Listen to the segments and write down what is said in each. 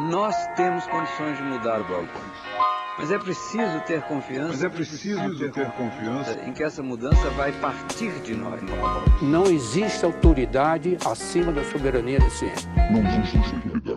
Nós temos condições de mudar o balcão. Mas é preciso ter confiança. Em que essa mudança vai partir de nós. Não existe autoridade acima da soberania da ciência. Não existe autoridade.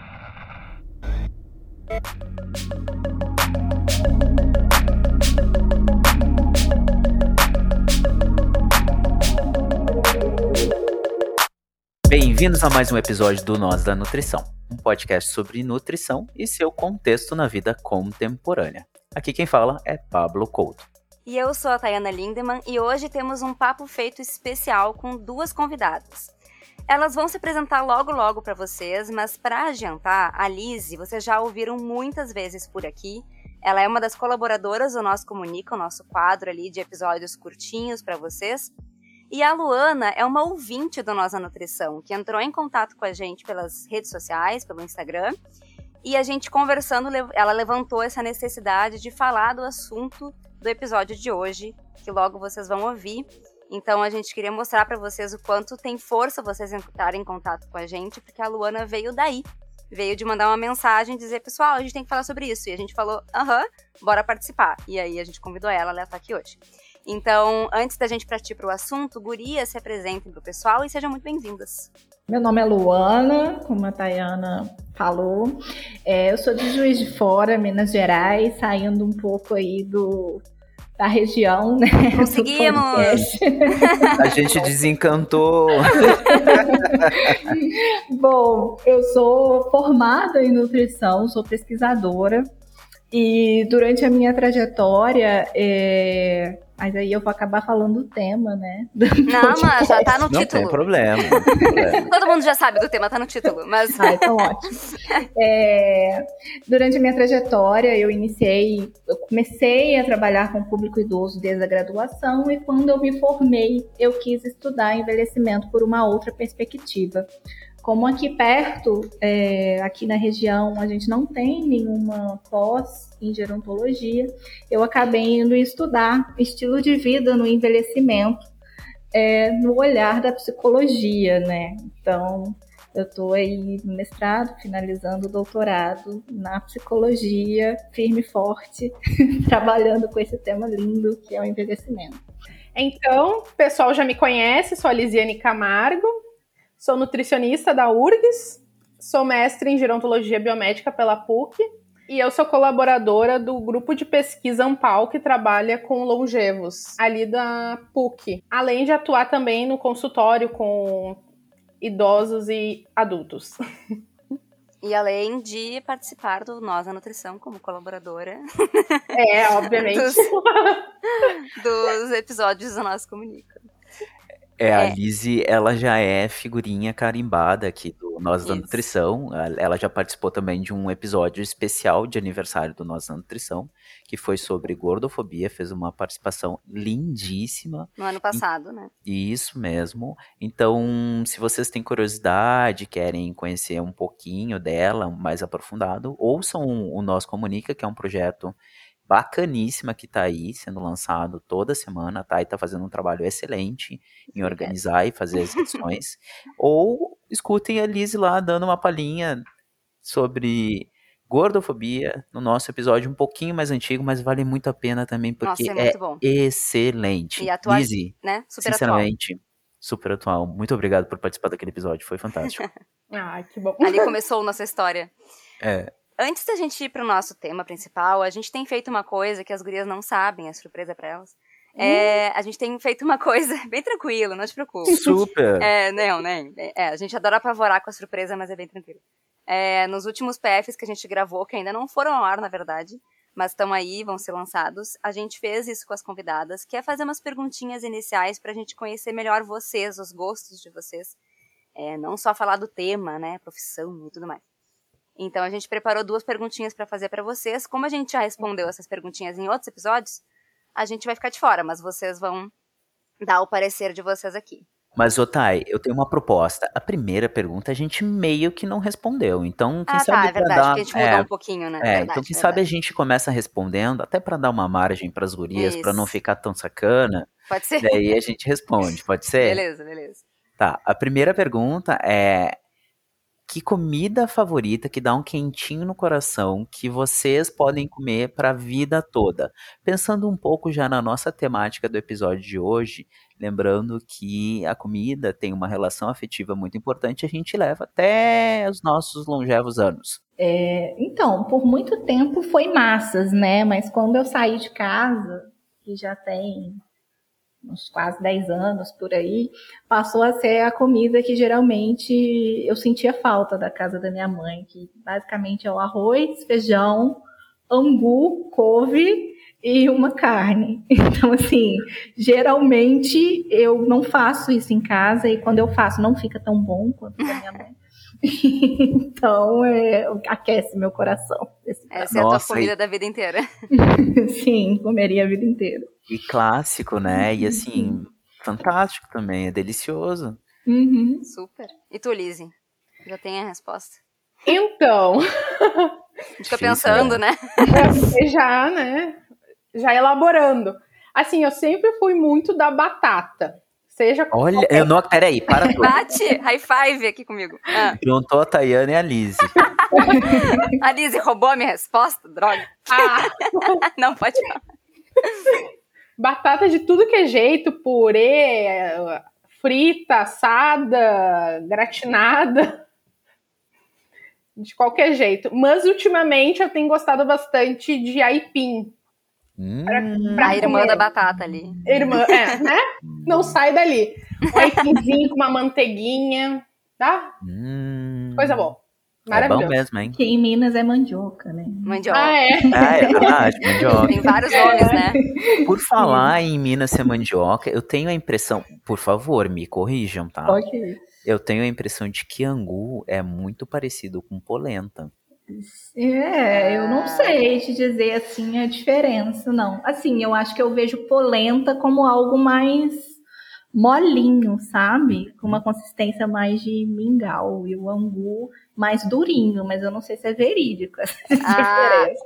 Bem-vindos a mais um episódio do Nós da Nutrição, um podcast sobre nutrição e seu contexto na vida contemporânea. Aqui quem fala é Pablo Couto. E eu sou a Tayana Lindemann e hoje temos um papo feito especial com duas convidadas. Elas vão se apresentar logo para vocês, mas para adiantar, a Lizzy, vocês já ouviram muitas vezes por aqui. Ela é uma das colaboradoras do Nós Comunica, o nosso quadro ali de episódios curtinhos para vocês. E a Luana é uma ouvinte do Nós da Nutrição, que entrou em contato com a gente pelas redes sociais, pelo Instagram, e a gente conversando, ela levantou essa necessidade de falar do assunto do episódio de hoje, que logo vocês vão ouvir. Então a gente queria mostrar para vocês o quanto tem força vocês entrarem em contato com a gente, porque a Luana veio daí. Veio de mandar uma mensagem e dizer, pessoal, a gente tem que falar sobre isso. E a gente falou, bora participar. E aí a gente convidou ela tá aqui hoje. Então, antes da gente partir para o assunto, gurias, se apresentem para o pessoal e sejam muito bem-vindas. Meu nome é Luana, como a Tayana falou. Eu sou de Juiz de Fora, Minas Gerais, saindo um pouco aí da região, né? Conseguimos! A gente desencantou. Bom, eu sou formada em nutrição, sou pesquisadora. E durante a minha trajetória, mas aí eu vou acabar falando o tema, né? Não, mas já tá no título. Não tem problema. Todo mundo já sabe do tema, tá no título. Mas... então ótimo. Durante a minha trajetória, eu comecei a trabalhar com o público idoso desde a graduação e quando eu me formei, eu quis estudar envelhecimento por uma outra perspectiva. Como aqui perto, aqui na região, a gente não tem nenhuma pós em gerontologia, eu acabei indo estudar estilo de vida no envelhecimento, no olhar da psicologia, né? Então, eu estou aí no mestrado, finalizando o doutorado na psicologia, firme e forte, trabalhando com esse tema lindo que é o envelhecimento. Então, o pessoal já me conhece, sou a Lisiane Camargo, sou nutricionista da URGS, sou mestre em gerontologia biomédica pela PUC e eu sou colaboradora do grupo de pesquisa Ampal que trabalha com longevos, ali da PUC, além de atuar também no consultório com idosos e adultos. E além de participar do Nós da Nutrição como colaboradora. Obviamente. dos episódios do Nós Comunica. A Lizzy, ela já é figurinha carimbada aqui do Nós da Nutrição. Ela já participou também de um episódio especial de aniversário do Nós da Nutrição, que foi sobre gordofobia, fez uma participação lindíssima. No ano passado, né? Isso mesmo. Então, se vocês têm curiosidade, querem conhecer um pouquinho dela, mais aprofundado, ouçam o Nós Comunica, que é um projeto bacaníssima que tá aí, sendo lançado toda semana, tá? E tá fazendo um trabalho excelente em organizar e fazer as edições. Ou escutem a Lizzy lá dando uma palhinha sobre gordofobia no nosso episódio um pouquinho mais antigo, mas vale muito a pena também, porque muito bom. Excelente. E atual, Lizzy, né? Super sinceramente, super atual. Muito obrigado por participar daquele episódio, foi fantástico. Que bom. Ali começou nossa história. Antes da gente ir pro nosso tema principal, a gente tem feito uma coisa que as gurias não sabem, é surpresa pra elas. A gente tem feito uma coisa bem tranquila, não te preocupe. Super! A gente adora apavorar com a surpresa, mas é bem tranquilo. Nos últimos PFs que a gente gravou, que ainda não foram ao ar, na verdade, mas estão aí, vão ser lançados, a gente fez isso com as convidadas, que é fazer umas perguntinhas iniciais pra gente conhecer melhor vocês, os gostos de vocês. Não só falar do tema, né, profissão e tudo mais. Então, a gente preparou 2 perguntinhas para fazer para vocês. Como a gente já respondeu essas perguntinhas em outros episódios, a gente vai ficar de fora, mas vocês vão dar o parecer de vocês aqui. Mas, Thay, eu tenho uma proposta. A primeira pergunta a gente meio que não respondeu. Então, quem sabe é verdade, que a gente mudou um pouquinho, né? Verdade, então, quem sabe a gente começa respondendo, até para dar uma margem para as gurias, para não ficar tão sacana. Pode ser. Daí a gente responde, pode ser? Beleza. Tá, a primeira pergunta é: que comida favorita que dá um quentinho no coração que vocês podem comer para a vida toda? Pensando um pouco já na nossa temática do episódio de hoje, lembrando que a comida tem uma relação afetiva muito importante, a gente leva até os nossos longevos anos. Então, por muito tempo foi massas, né? Mas quando eu saí de casa, que já tem uns quase 10 anos por aí, passou a ser a comida que geralmente eu sentia falta da casa da minha mãe, que basicamente é o arroz, feijão, angu, couve e uma carne. Então, assim, geralmente eu não faço isso em casa e quando eu faço não fica tão bom quanto da minha mãe. Então, aquece meu coração. Essa é a tua comida da vida inteira. Sim, comeria a vida inteira. E clássico, né? E assim, fantástico também, é delicioso. Uhum. Super. E tu, Lizzy? Já tem a resposta? Então... A gente fica pensando, né? Já elaborando. Assim, eu sempre fui muito da batata. Seja Olha, eu não... Peraí, para tudo. Bate, high five aqui comigo. Juntou a Tayana e a Lizzy. A Lizzy roubou a minha resposta? Droga. Não, pode falar. Batata de tudo que é jeito, purê, frita, assada, gratinada, de qualquer jeito. Mas ultimamente eu tenho gostado bastante de aipim. A irmã da batata ali. Irmã, né? Não sai dali. Um aipimzinho com uma manteiguinha, tá? Coisa boa. Maravilhoso. É bom mesmo, hein? Que em Minas é mandioca, né? Mandioca. É verdade, mandioca. Tem vários nomes, né? Por falar em Minas ser mandioca, eu tenho a impressão, por favor, me corrijam, tá? Ok. Eu tenho a impressão de que angu é muito parecido com polenta. Eu não sei te dizer assim a diferença, não. Assim, eu acho que eu vejo polenta como algo mais molinho, sabe? Com uma consistência mais de mingau e o angu mais durinho, mas eu não sei se é verídico essa diferença.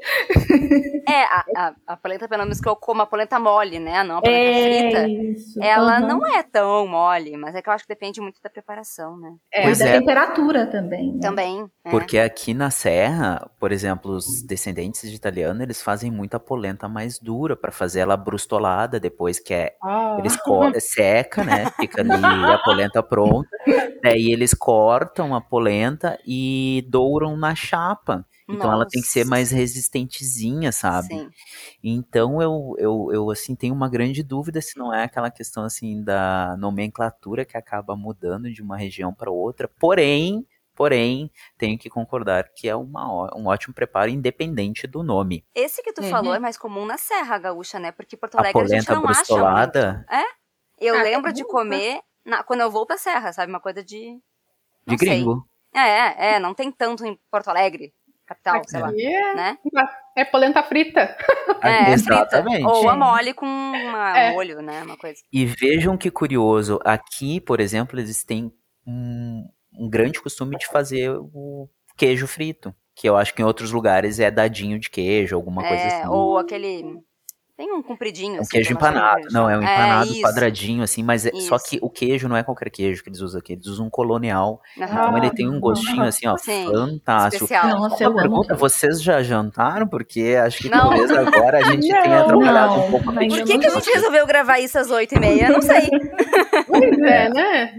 A polenta, pelo menos que eu como, a polenta mole, né? Não a polenta frita. Isso. Ela não é tão mole, mas é que eu acho que depende muito da preparação, né? E da temperatura também. Né? Também. Porque aqui na Serra, por exemplo, os descendentes de italiano, eles fazem muita polenta mais dura para fazer ela brustolada depois que eles seca, né? Fica ali a polenta pronta. Daí eles cortam a polenta e douram na chapa. Então ela tem que ser mais resistentezinha, sabe? Sim. Então eu assim tenho uma grande dúvida se não é aquela questão assim da nomenclatura que acaba mudando de uma região para outra. Porém, tenho que concordar que é um ótimo preparo independente do nome. Esse que tu falou é mais comum na Serra Gaúcha, né? Porque Porto Alegre a gente polenta não acha brustolada. muito. Eu lembro de comer quando eu vou pra Serra, sabe? Uma coisa de gringo. Não tem tanto em Porto Alegre, capital, sei lá, né? É polenta frita. Exatamente. Frita. Ou a mole com molho, né? Uma coisa. E vejam que curioso, aqui, por exemplo, eles têm um grande costume de fazer o queijo frito, que eu acho que em outros lugares é dadinho de queijo, alguma coisa assim. Ou aquele... Tem um compridinho. Um queijo empanado. Não, é um empanado isso. Quadradinho, assim, mas só que o queijo não é qualquer queijo que eles usam aqui, eles usam um colonial. Então ele tem um gostinho, assim, ó, fantástico. Especial. Uma pergunta, vocês já jantaram? Porque acho que talvez agora a gente tenha atrapalhado um pouco. Por que a gente resolveu gravar isso às 8h30? Eu não sei. Pois né?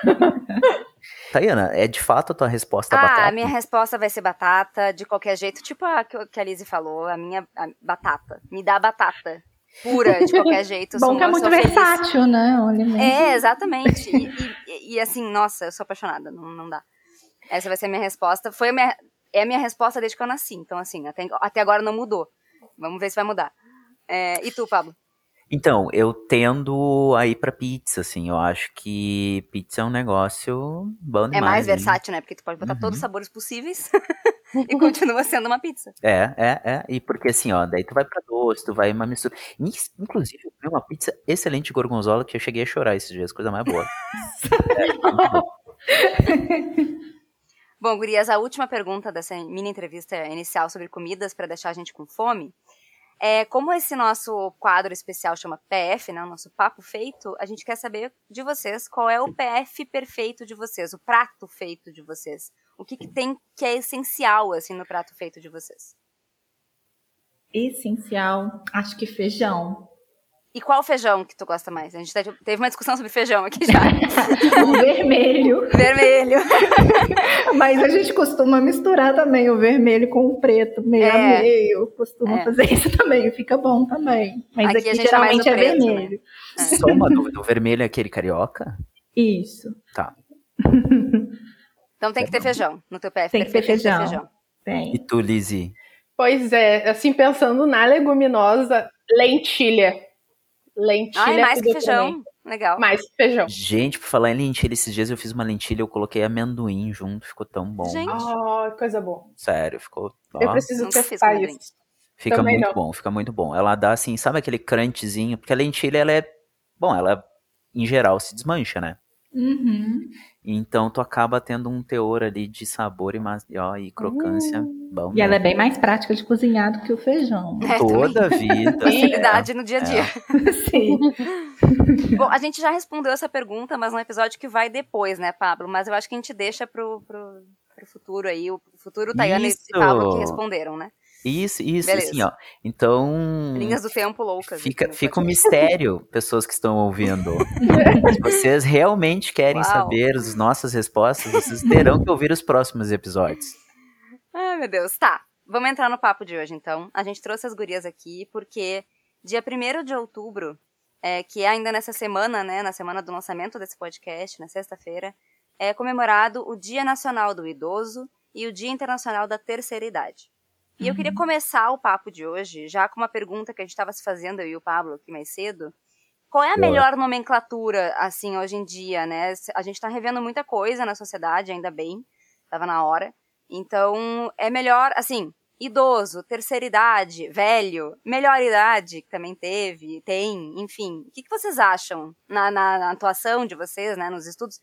Tayana, é de fato a tua resposta batata? A minha resposta vai ser batata, de qualquer jeito. Tipo a que a Lizzy falou, a batata. Me dá batata pura, de qualquer jeito. Bom que é muito versátil, né? O alimento. Exatamente. E assim, nossa, eu sou apaixonada, não dá. Essa vai ser a minha resposta. É a minha resposta desde que eu nasci. Então, assim, até agora não mudou. Vamos ver se vai mudar. E tu, Pablo? Então, eu tendo a ir pra pizza, assim, eu acho que pizza é um negócio bom demais. É mais versátil, né? Porque tu pode botar todos os sabores possíveis e continua sendo uma pizza. E porque assim, ó, daí tu vai pra doce, tu vai uma mistura. Inclusive, eu comi uma pizza excelente de gorgonzola que eu cheguei a chorar esses dias, coisa mais boa. Bom, gurias, a última pergunta dessa mini entrevista inicial sobre comidas pra deixar a gente com fome Como esse nosso quadro especial chama PF, né, o nosso Papo Feito, a gente quer saber de vocês qual é o PF perfeito de vocês, o prato feito de vocês. O que tem que é essencial, assim, no prato feito de vocês? Essencial, acho que feijão. E qual feijão que tu gosta mais? A gente teve uma discussão sobre feijão aqui já. O vermelho. Vermelho. Mas a gente costuma misturar também o vermelho com o preto, meio a meio. Costuma fazer isso também, fica bom também. Mas aqui geralmente é preto, vermelho. Né? Só uma dúvida, o vermelho é aquele carioca? Isso. Tá. Então tem que ter feijão no teu PF. Tem que ter feijão. Tem. E tu, Lizzy? Pois é, assim, pensando na leguminosa, lentilha. Lentilha. Mais que feijão. Também. Legal. Mais que feijão. Gente, por falar em lentilha, esses dias eu fiz uma lentilha, eu coloquei amendoim junto, ficou tão bom. Gente. Coisa boa. Sério, ficou... Eu preciso testar isso. Fica também muito bom, fica muito bom. Ela dá assim, sabe aquele crunchzinho? Porque a lentilha, ela em geral se desmancha, né? Uhum. Então tu acaba tendo um teor ali de sabor e crocância bom. E ela é bem mais prática de cozinhar do que o feijão. Toda a vida. Facilidade no dia a dia. Sim. Bom, a gente já respondeu essa pergunta, mas num episódio que vai depois, né, Pablo? Mas eu acho que a gente deixa pro futuro aí, o futuro Tayana e Pablo que responderam, né? Isso, assim, ó. Então... Linhas do tempo loucas. Fica um mistério, pessoas que estão ouvindo. Se vocês realmente querem saber as nossas respostas, vocês terão que ouvir os próximos episódios. Ai, meu Deus. Tá, vamos entrar no papo de hoje, então. A gente trouxe as gurias aqui porque dia 1º de outubro, que é ainda nessa semana, né, na semana do lançamento desse podcast, na sexta-feira, é comemorado o Dia Nacional do Idoso e o Dia Internacional da Terceira Idade. E eu queria começar o papo de hoje, já com uma pergunta que a gente estava se fazendo, eu e o Pablo, aqui mais cedo. Qual é a melhor nomenclatura, assim, hoje em dia, né? A gente está revendo muita coisa na sociedade, ainda bem, estava na hora. Então, é melhor, assim, idoso, terceira idade, velho, melhor idade, que também tem, enfim. O que vocês acham na atuação de vocês, né, nos estudos?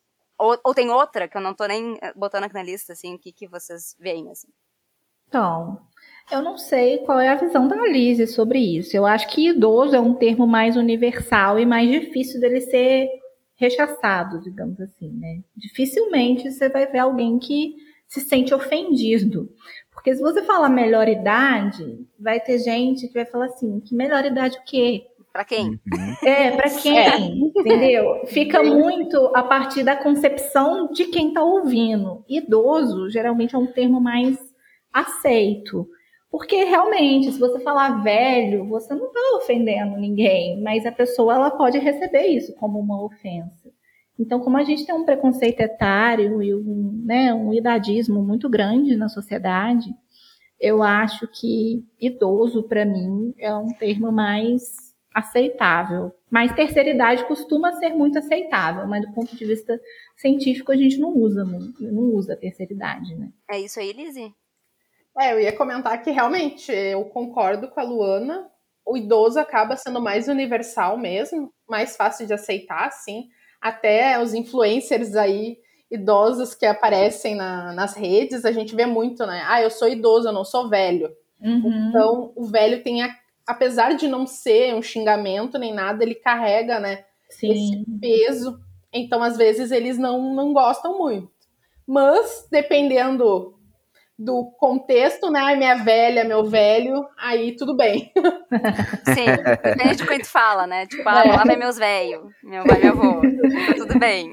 Ou tem outra, que eu não tô nem botando aqui na lista, assim, o que vocês veem, assim? Então, eu não sei qual é a visão da Lizzy sobre isso. Eu acho que idoso é um termo mais universal e mais difícil dele ser rechaçado, digamos assim, né? Dificilmente você vai ver alguém que se sente ofendido. Porque se você falar melhor idade, vai ter gente que vai falar assim, que melhor idade o quê? Pra quem? Pra quem? Entendeu? Fica muito a partir da concepção de quem tá ouvindo. Idoso, geralmente, é um termo mais aceito. Porque, realmente, se você falar velho, você não tá ofendendo ninguém, mas a pessoa ela pode receber isso como uma ofensa. Então, como a gente tem um preconceito etário e um idadismo muito grande na sociedade, eu acho que idoso, para mim, é um termo mais aceitável. Mas terceira idade costuma ser muito aceitável, mas do ponto de vista científico a gente não usa a terceira idade, né? É isso aí, Lizzy? Eu ia comentar que realmente eu concordo com a Luana. O idoso acaba sendo mais universal mesmo, mais fácil de aceitar, assim. Até os influencers aí, idosos que aparecem nas redes, a gente vê muito, né? Eu sou idoso, eu não sou velho. Uhum. Então, o velho tem, apesar de não ser um xingamento nem nada, ele carrega, né? Sim. Esse peso. Então, às vezes, eles não gostam muito. Mas, dependendo do contexto, né? Minha velha, meu velho, aí tudo bem. Sim, depende de quem tu fala, né? Tipo, lá vai meus velhos, meu pai e meu avô, tudo bem.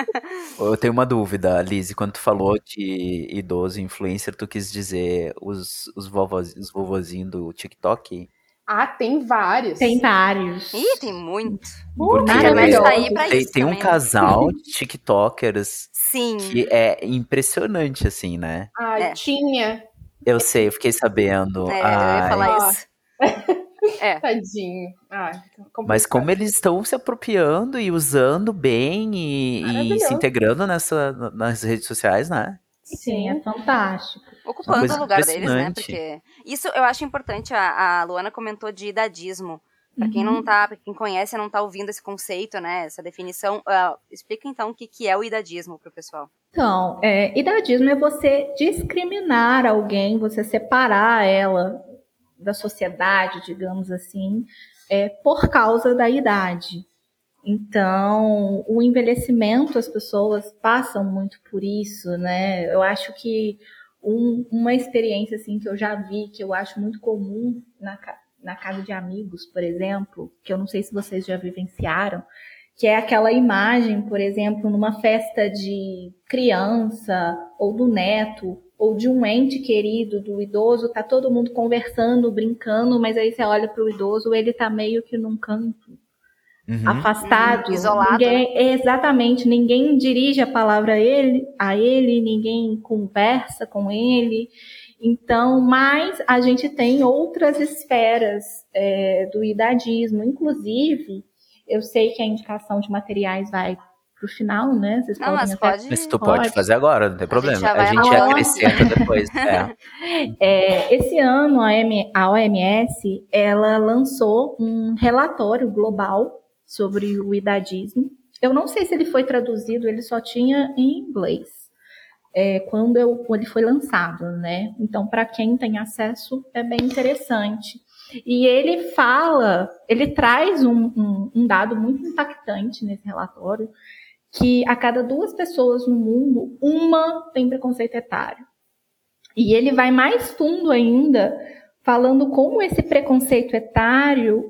Eu tenho uma dúvida, Lizzy, quando tu falou de idoso influencer, tu quis dizer os vovozinhos do TikTok? Tem vários. Tem vários. Ih, tem muito. Porque tá aí pra isso tem um também, casal de TikTokers Sim. que é impressionante, assim, né? Tinha. Eu sei, eu fiquei sabendo. Eu ia falar isso. Tadinho. Mas como eles estão se apropriando e usando bem e se integrando nas redes sociais, né? Sim, é fantástico. Ocupando o lugar deles, né? Porque isso eu acho importante. A Luana comentou de idadismo. Pra quem não tá, pra quem conhece, não tá ouvindo esse conceito, né? Essa definição. Explica então o que é o idadismo pro pessoal. Então, idadismo é você discriminar alguém, você separar ela da sociedade, digamos assim, por causa da idade. Então, o envelhecimento, as pessoas passam muito por isso, né? Eu acho que uma experiência assim, que eu já vi, que eu acho muito comum na casa de amigos, por exemplo, que eu não sei se vocês já vivenciaram, que é aquela imagem, por exemplo, numa festa de criança, ou do neto, ou de um ente querido, do idoso, tá todo mundo conversando, brincando, mas aí você olha para o idoso, ele tá meio que num canto, afastado. Isolado. Exatamente, ninguém dirige a palavra a ele, ninguém conversa com ele. Então, mas a gente tem outras esferas do idadismo, inclusive, eu sei que a indicação de materiais vai pro final, né? Vocês Não, mas pode... Mas tu pode fazer agora, não tem problema. A gente aonde? acrescenta depois. Esse ano, a OMS, ela lançou um relatório global sobre o idadismo. Eu não sei se ele foi traduzido, ele só tinha em inglês. Quando ele foi lançado, né? Então, para quem tem acesso, é bem interessante. E ele traz um dado muito impactante nesse relatório, que a cada 2 pessoas no mundo, uma tem preconceito etário. E ele vai mais fundo ainda, falando como esse preconceito etário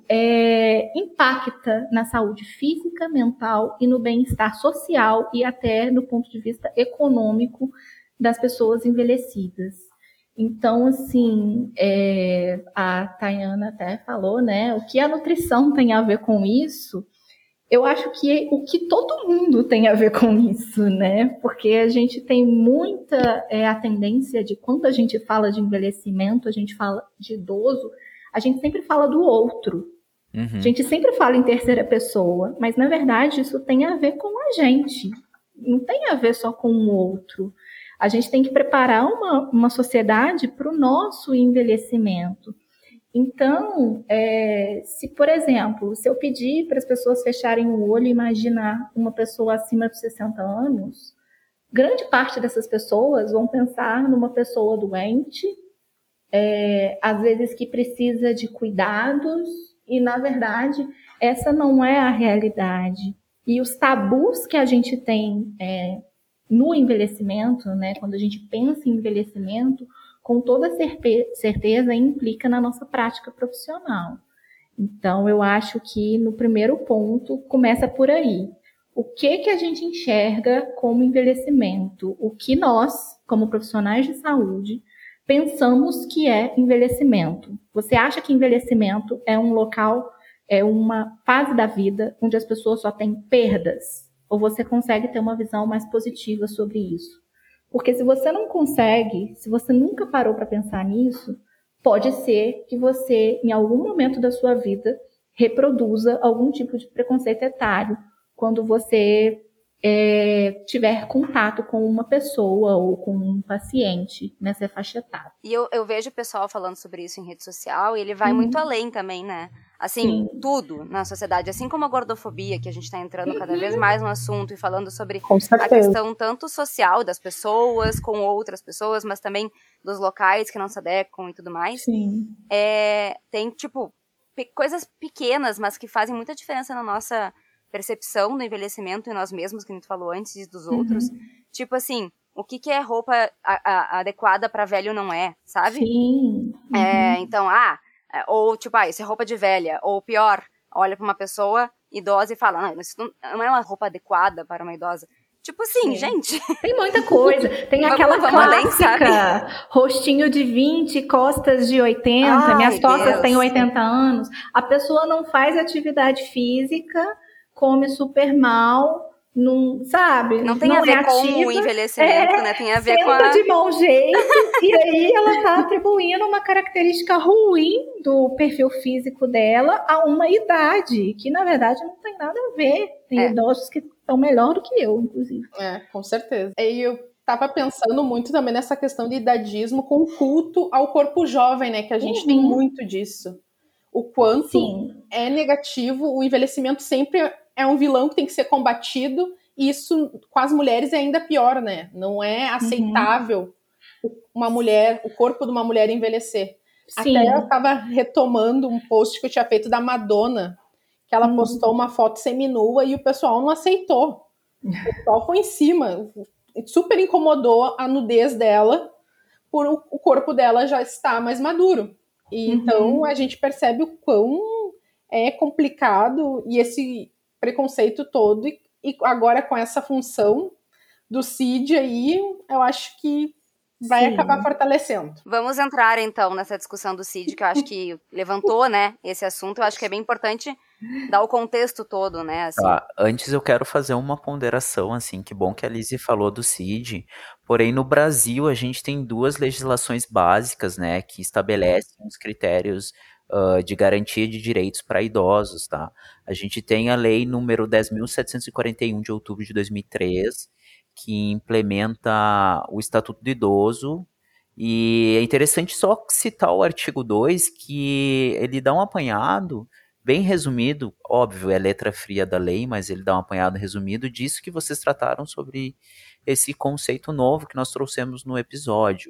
impacta na saúde física, mental e no bem-estar social e até no ponto de vista econômico das pessoas envelhecidas. Então, assim, a Tayana até falou, né, o que a nutrição tem a ver com isso. Eu acho que o que todo mundo tem a ver com isso, né? Porque a gente tem muita a tendência de, quando a gente fala de envelhecimento, a gente fala de idoso, a gente sempre fala do outro. A gente sempre fala em terceira pessoa, mas na verdade isso tem a ver com a gente. Não tem a ver só com o outro. A gente tem que preparar uma sociedade para o nosso envelhecimento. Então, se, por exemplo, se eu pedir para as pessoas fecharem o olho e imaginar uma pessoa acima de 60 anos, grande parte dessas pessoas vão pensar numa pessoa doente, às vezes que precisa de cuidados, e, na verdade, essa não é a realidade. E os tabus que a gente tem no envelhecimento, né, quando a gente pensa em envelhecimento, com toda certeza implica na nossa prática profissional. Então, eu acho que no primeiro ponto começa por aí. O que a gente enxerga como envelhecimento? O que nós, como profissionais de saúde, pensamos que é envelhecimento? Você acha que envelhecimento é um local, é uma fase da vida onde as pessoas só têm perdas? Ou você consegue ter uma visão mais positiva sobre isso? Porque se você não consegue, se você nunca parou para pensar nisso, pode ser que você, em algum momento da sua vida, reproduza algum tipo de preconceito etário quando você tiver contato com uma pessoa ou com um paciente nessa faixa etária. E eu vejo o pessoal falando sobre isso em rede social, e ele vai muito além também, né? Assim, tudo na sociedade, assim como a gordofobia, que a gente está entrando cada vez mais no assunto e falando sobre a questão tanto social das pessoas com outras pessoas, mas também dos locais que não se adequam e tudo mais. Sim. Tem, tipo, coisas pequenas, mas que fazem muita diferença na nossa percepção do envelhecimento em nós mesmos, que a gente falou antes, e dos outros. Tipo assim, o que é roupa adequada para velho não é, sabe? Sim. Então, ou tipo, isso é roupa de velha, ou pior, olha para uma pessoa idosa e fala, não, isso não é uma roupa adequada para uma idosa. Tipo assim, gente. Tem muita coisa. Tem aquela clássica, rostinho de 20, costas de 80, minhas costas têm 80 anos. A pessoa não faz atividade física, come super mal, não, sabe? Não tem a ver com o envelhecimento, né? Tem a ver com de mau jeito, e aí ela tá atribuindo uma característica ruim do perfil físico dela a uma idade, que na verdade não tem nada a ver. Tem idosos que estão melhor do que eu, inclusive. Com certeza. E eu tava pensando muito também nessa questão de idadismo com o culto ao corpo jovem, né? Que a gente tem muito disso. O quanto é negativo, o envelhecimento sempre é um vilão que tem que ser combatido, e isso com as mulheres é ainda pior, né? Não é aceitável uma mulher, o corpo de uma mulher envelhecer. Sim. Até eu estava retomando um post que eu tinha feito da Madonna, que ela postou uma foto seminua e o pessoal não aceitou. O pessoal foi em cima, super incomodou a nudez dela, por o corpo dela já estar mais maduro. E então a gente percebe o quão é complicado e esse preconceito todo, e agora com essa função do CID aí, eu acho que vai acabar fortalecendo. Vamos entrar, então, nessa discussão do CID, que eu acho que levantou, né, esse assunto. Eu acho que é bem importante dar o contexto todo, né, assim. Antes eu quero fazer uma ponderação, assim, que bom que a Lizzie falou do CID, porém no Brasil a gente tem 2 legislações básicas, né, que estabelecem os critérios de garantia de direitos para idosos, tá? A gente tem a lei número 10.741 de outubro de 2003, que implementa o Estatuto do Idoso, e é interessante só citar o artigo 2, que ele dá um apanhado bem resumido, óbvio, é letra fria da lei, mas ele dá um apanhado resumido disso que vocês trataram sobre esse conceito novo que nós trouxemos no episódio.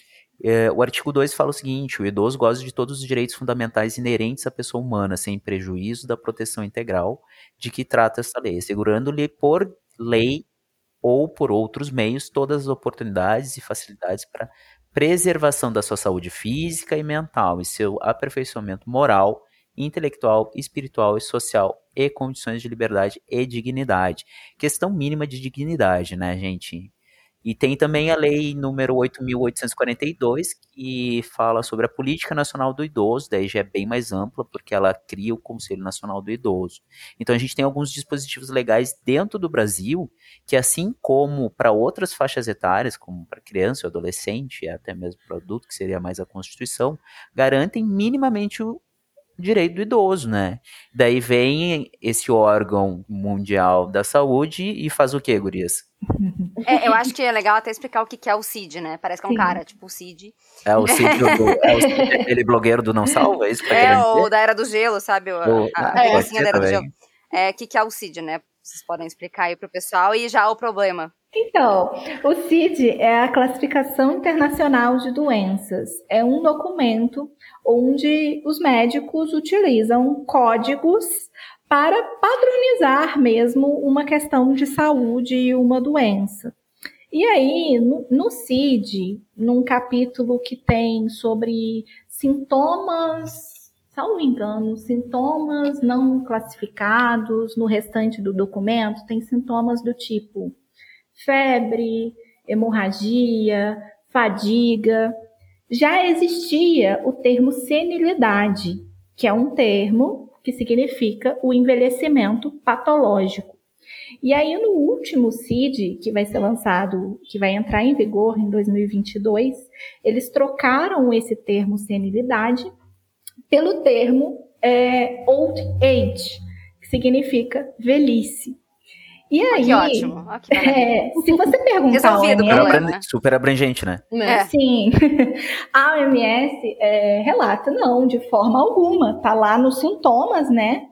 O artigo 2 fala o seguinte: o idoso goza de todos os direitos fundamentais inerentes à pessoa humana, sem prejuízo da proteção integral de que trata esta lei, assegurando-lhe por lei ou por outros meios todas as oportunidades e facilidades para preservação da sua saúde física e mental e seu aperfeiçoamento moral, intelectual, espiritual e social e condições de liberdade e dignidade. Questão mínima de dignidade, né, gente? E tem também a lei número 8.842, que fala sobre a Política Nacional do Idoso, daí já é bem mais ampla, porque ela cria o Conselho Nacional do Idoso. Então a gente tem alguns dispositivos legais dentro do Brasil, que assim como para outras faixas etárias, como para criança ou adolescente, e até mesmo para adulto, que seria mais a Constituição, garantem minimamente o direito do idoso, né? Daí vem esse órgão mundial da saúde e faz o quê, gurias? Eu acho que é legal até explicar o que é o CID, né? Parece que é um cara, tipo o CID. É o CID, aquele blogueiro do Não Salva, é isso que tá querendo dizer? Ou da Era do Gelo, sabe? A pegacinha da Era do Gelo. O que é o CID, né? Vocês podem explicar aí pro pessoal. E já o problema. Então, o CID é a Classificação Internacional de Doenças. É um documento onde os médicos utilizam códigos para padronizar mesmo uma questão de saúde e uma doença. E aí, no CID, num capítulo que tem sobre sintomas, salvo engano, sintomas não classificados, no restante do documento tem sintomas do tipo febre, hemorragia, fadiga. Já existia o termo senilidade, que é um termo que significa o envelhecimento patológico. E aí, no último CID, que vai ser lançado, que vai entrar em vigor em 2022, eles trocaram esse termo senilidade pelo termo old age, que significa velhice. E aí, que ótimo. Se você perguntar ao OMS, super abrangente, né? Sim. A OMS relata, não, de forma alguma. Tá lá nos sintomas, né?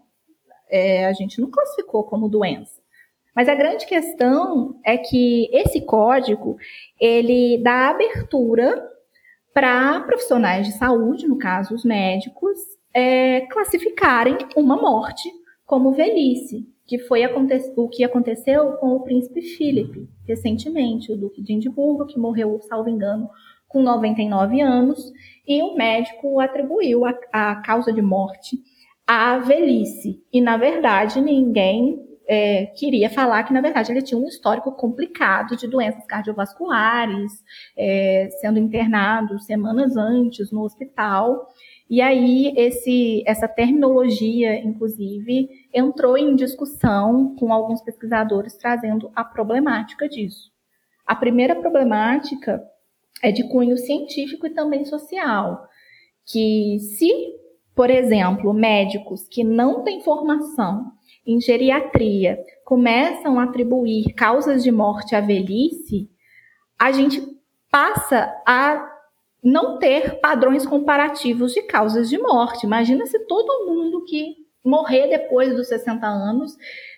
A gente não classificou como doença. Mas a grande questão é que esse código, ele dá abertura para profissionais de saúde, no caso os médicos, classificarem uma morte como velhice, que foi o que aconteceu com o príncipe Philip, recentemente, o duque de Edimburgo, que morreu, salvo engano, com 99 anos, e o médico atribuiu a causa de morte à velhice. E, na verdade, ninguém queria falar que, na verdade, ele tinha um histórico complicado de doenças cardiovasculares, sendo internado semanas antes no hospital. E aí, essa terminologia, inclusive, entrou em discussão com alguns pesquisadores trazendo a problemática disso. A primeira problemática é de cunho científico e também social, que se, por exemplo, médicos que não têm formação em geriatria começam a atribuir causas de morte à velhice, a gente passa a não ter padrões comparativos de causas de morte. Imagina se todo mundo que morrer depois dos 60 anos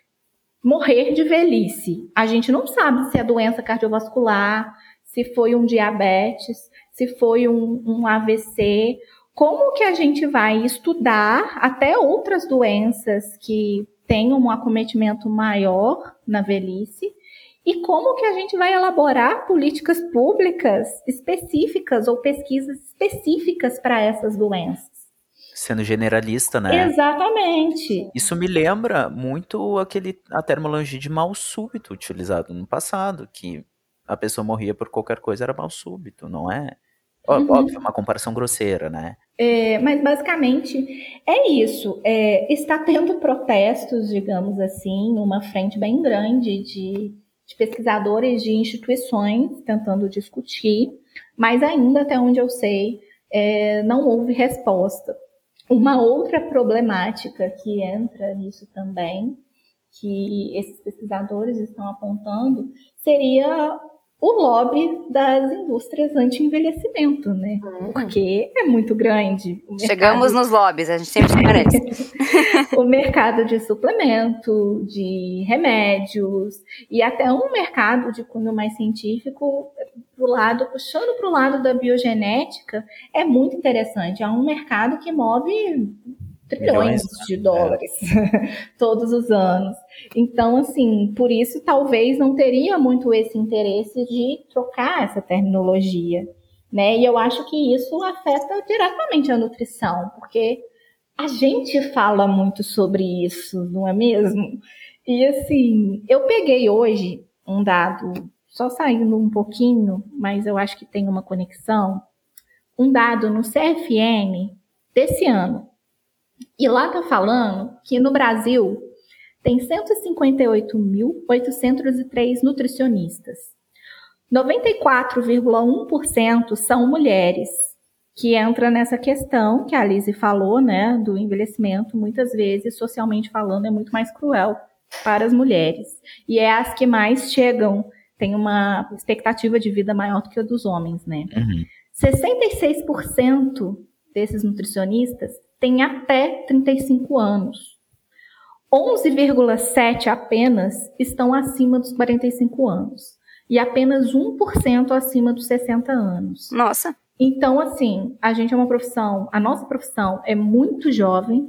morrer de velhice. A gente não sabe se é doença cardiovascular, se foi um diabetes, se foi um AVC como que a gente vai estudar até outras doenças que tenham um acometimento maior na velhice e como que a gente vai elaborar políticas públicas específicas ou pesquisas específicas para essas doenças. Sendo generalista, né? Exatamente. Isso me lembra muito a terminologia de mal súbito utilizado no passado, que a pessoa morria por qualquer coisa, era mal súbito, não é? Óbvio, uma comparação grosseira, né? Mas basicamente é isso. Está tendo protestos, digamos assim, uma frente bem grande de pesquisadores de instituições tentando discutir, mas ainda, até onde eu sei, não houve resposta. Uma outra problemática que entra nisso também, que esses pesquisadores estão apontando, seria o lobby das indústrias anti-envelhecimento, né? Porque é muito grande. Chegamos nos lobbies, a gente sempre se parece. O mercado de suplemento, de remédios e até um mercado de cunho mais científico puxando para o lado da biogenética, é muito interessante. É um mercado que move trilhões de dólares todos os anos. Então, assim, por isso talvez não teria muito esse interesse de trocar essa terminologia, né? E eu acho que isso afeta diretamente a nutrição, porque a gente fala muito sobre isso, não é mesmo? E assim, eu peguei hoje um dado, só saindo um pouquinho, mas eu acho que tem uma conexão, um dado no CFN desse ano. E lá tá falando que no Brasil tem 158.803 nutricionistas. 94,1% são mulheres, que entra nessa questão que a Lizzy falou, né, do envelhecimento, muitas vezes, socialmente falando, é muito mais cruel para as mulheres. E é as que mais chegam, tem uma expectativa de vida maior do que a dos homens, né? 66% desses nutricionistas têm até 35 anos. 11,7% apenas estão acima dos 45 anos. E apenas 1% acima dos 60 anos. Nossa! Então, assim, a nossa profissão é muito jovem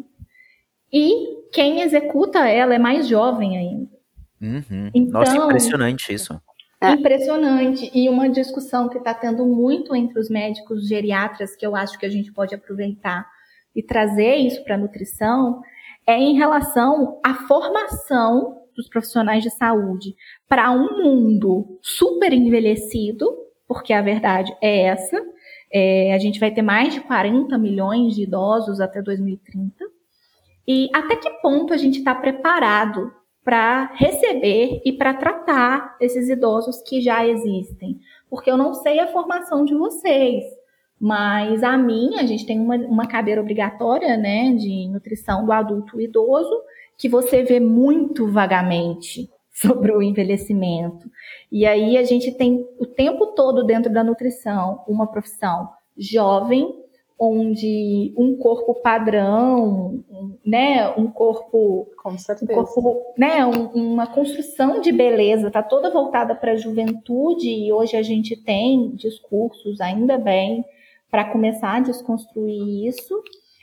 e quem executa ela é mais jovem ainda. Então, nossa, impressionante isso. Impressionante. E uma discussão que está tendo muito entre os médicos geriatras, que eu acho que a gente pode aproveitar e trazer isso para a nutrição, é em relação à formação dos profissionais de saúde para um mundo super envelhecido, porque a verdade é essa. A gente vai ter mais de 40 milhões de idosos até 2030. E até que ponto a gente está preparado para receber e para tratar esses idosos que já existem? Porque eu não sei a formação de vocês, mas a gente tem uma cadeira obrigatória, né, de nutrição do adulto e idoso, que você vê muito vagamente sobre o envelhecimento. E aí a gente tem o tempo todo dentro da nutrição uma profissão jovem, onde um corpo padrão, né, um corpo, com certeza, né, uma construção de beleza, está toda voltada para a juventude, e hoje a gente tem discursos, ainda bem, para começar a desconstruir isso.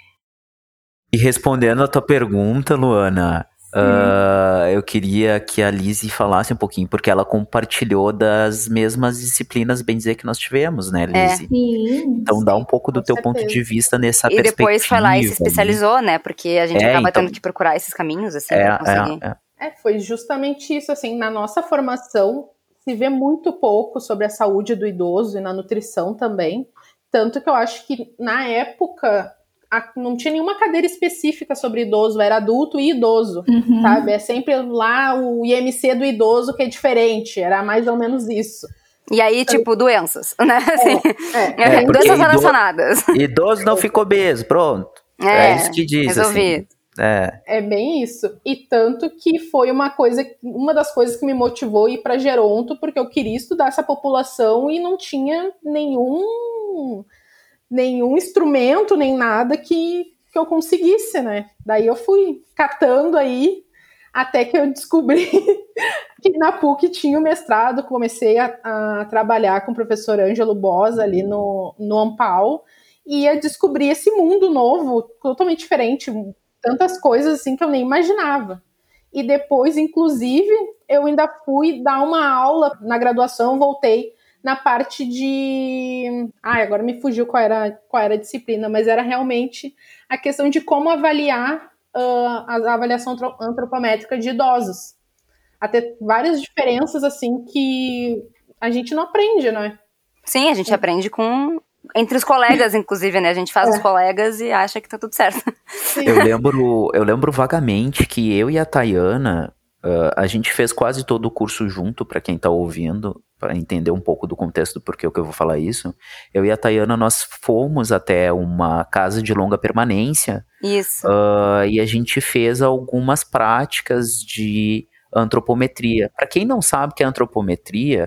E respondendo a tua pergunta, Luana, eu queria que a Lizzy falasse um pouquinho, porque ela compartilhou das mesmas disciplinas, bem dizer, que nós tivemos, né, Lizzy? Então dá um pouco do teu ponto de vista nessa perspectiva. E depois foi lá e se especializou, né? Porque a gente acaba tendo que procurar esses caminhos, assim, pra conseguir. Foi justamente isso, assim, na nossa formação se vê muito pouco sobre a saúde do idoso e na nutrição também, tanto que eu acho que na época não tinha nenhuma cadeira específica sobre idoso, era adulto e idoso, sabe? É sempre lá o IMC do idoso que é diferente, era mais ou menos isso. E aí, tipo, doenças, né? Doenças relacionadas. Idoso não ficou obeso, pronto. É isso que diz, resolvi. Assim. É bem isso. E tanto que foi uma das coisas que me motivou a ir para Geronto, porque eu queria estudar essa população e não tinha nenhum instrumento, nem nada que eu conseguisse, né? Daí eu fui catando aí, até que eu descobri que na PUC tinha o mestrado, comecei a trabalhar com o professor Ângelo Bosa ali no Ampau, e ia descobrir esse mundo novo, totalmente diferente, tantas coisas assim que eu nem imaginava. E depois, inclusive, eu ainda fui dar uma aula na graduação, voltei na parte de... agora me fugiu qual era a disciplina, mas era realmente a questão de como avaliar a avaliação antropométrica de idosos. Até várias diferenças, assim, que a gente não aprende, né? Sim, a gente aprende entre os colegas, inclusive, né? A gente faz os colegas e acha que tá tudo certo. Eu lembro vagamente que eu e a Tayana, a gente fez quase todo o curso junto, para quem tá ouvindo, para entender um pouco do contexto do porquê que eu vou falar isso. Eu e a Tayana, nós fomos até uma casa de longa permanência. Isso. E a gente fez algumas práticas de antropometria. Para quem não sabe o que é antropometria,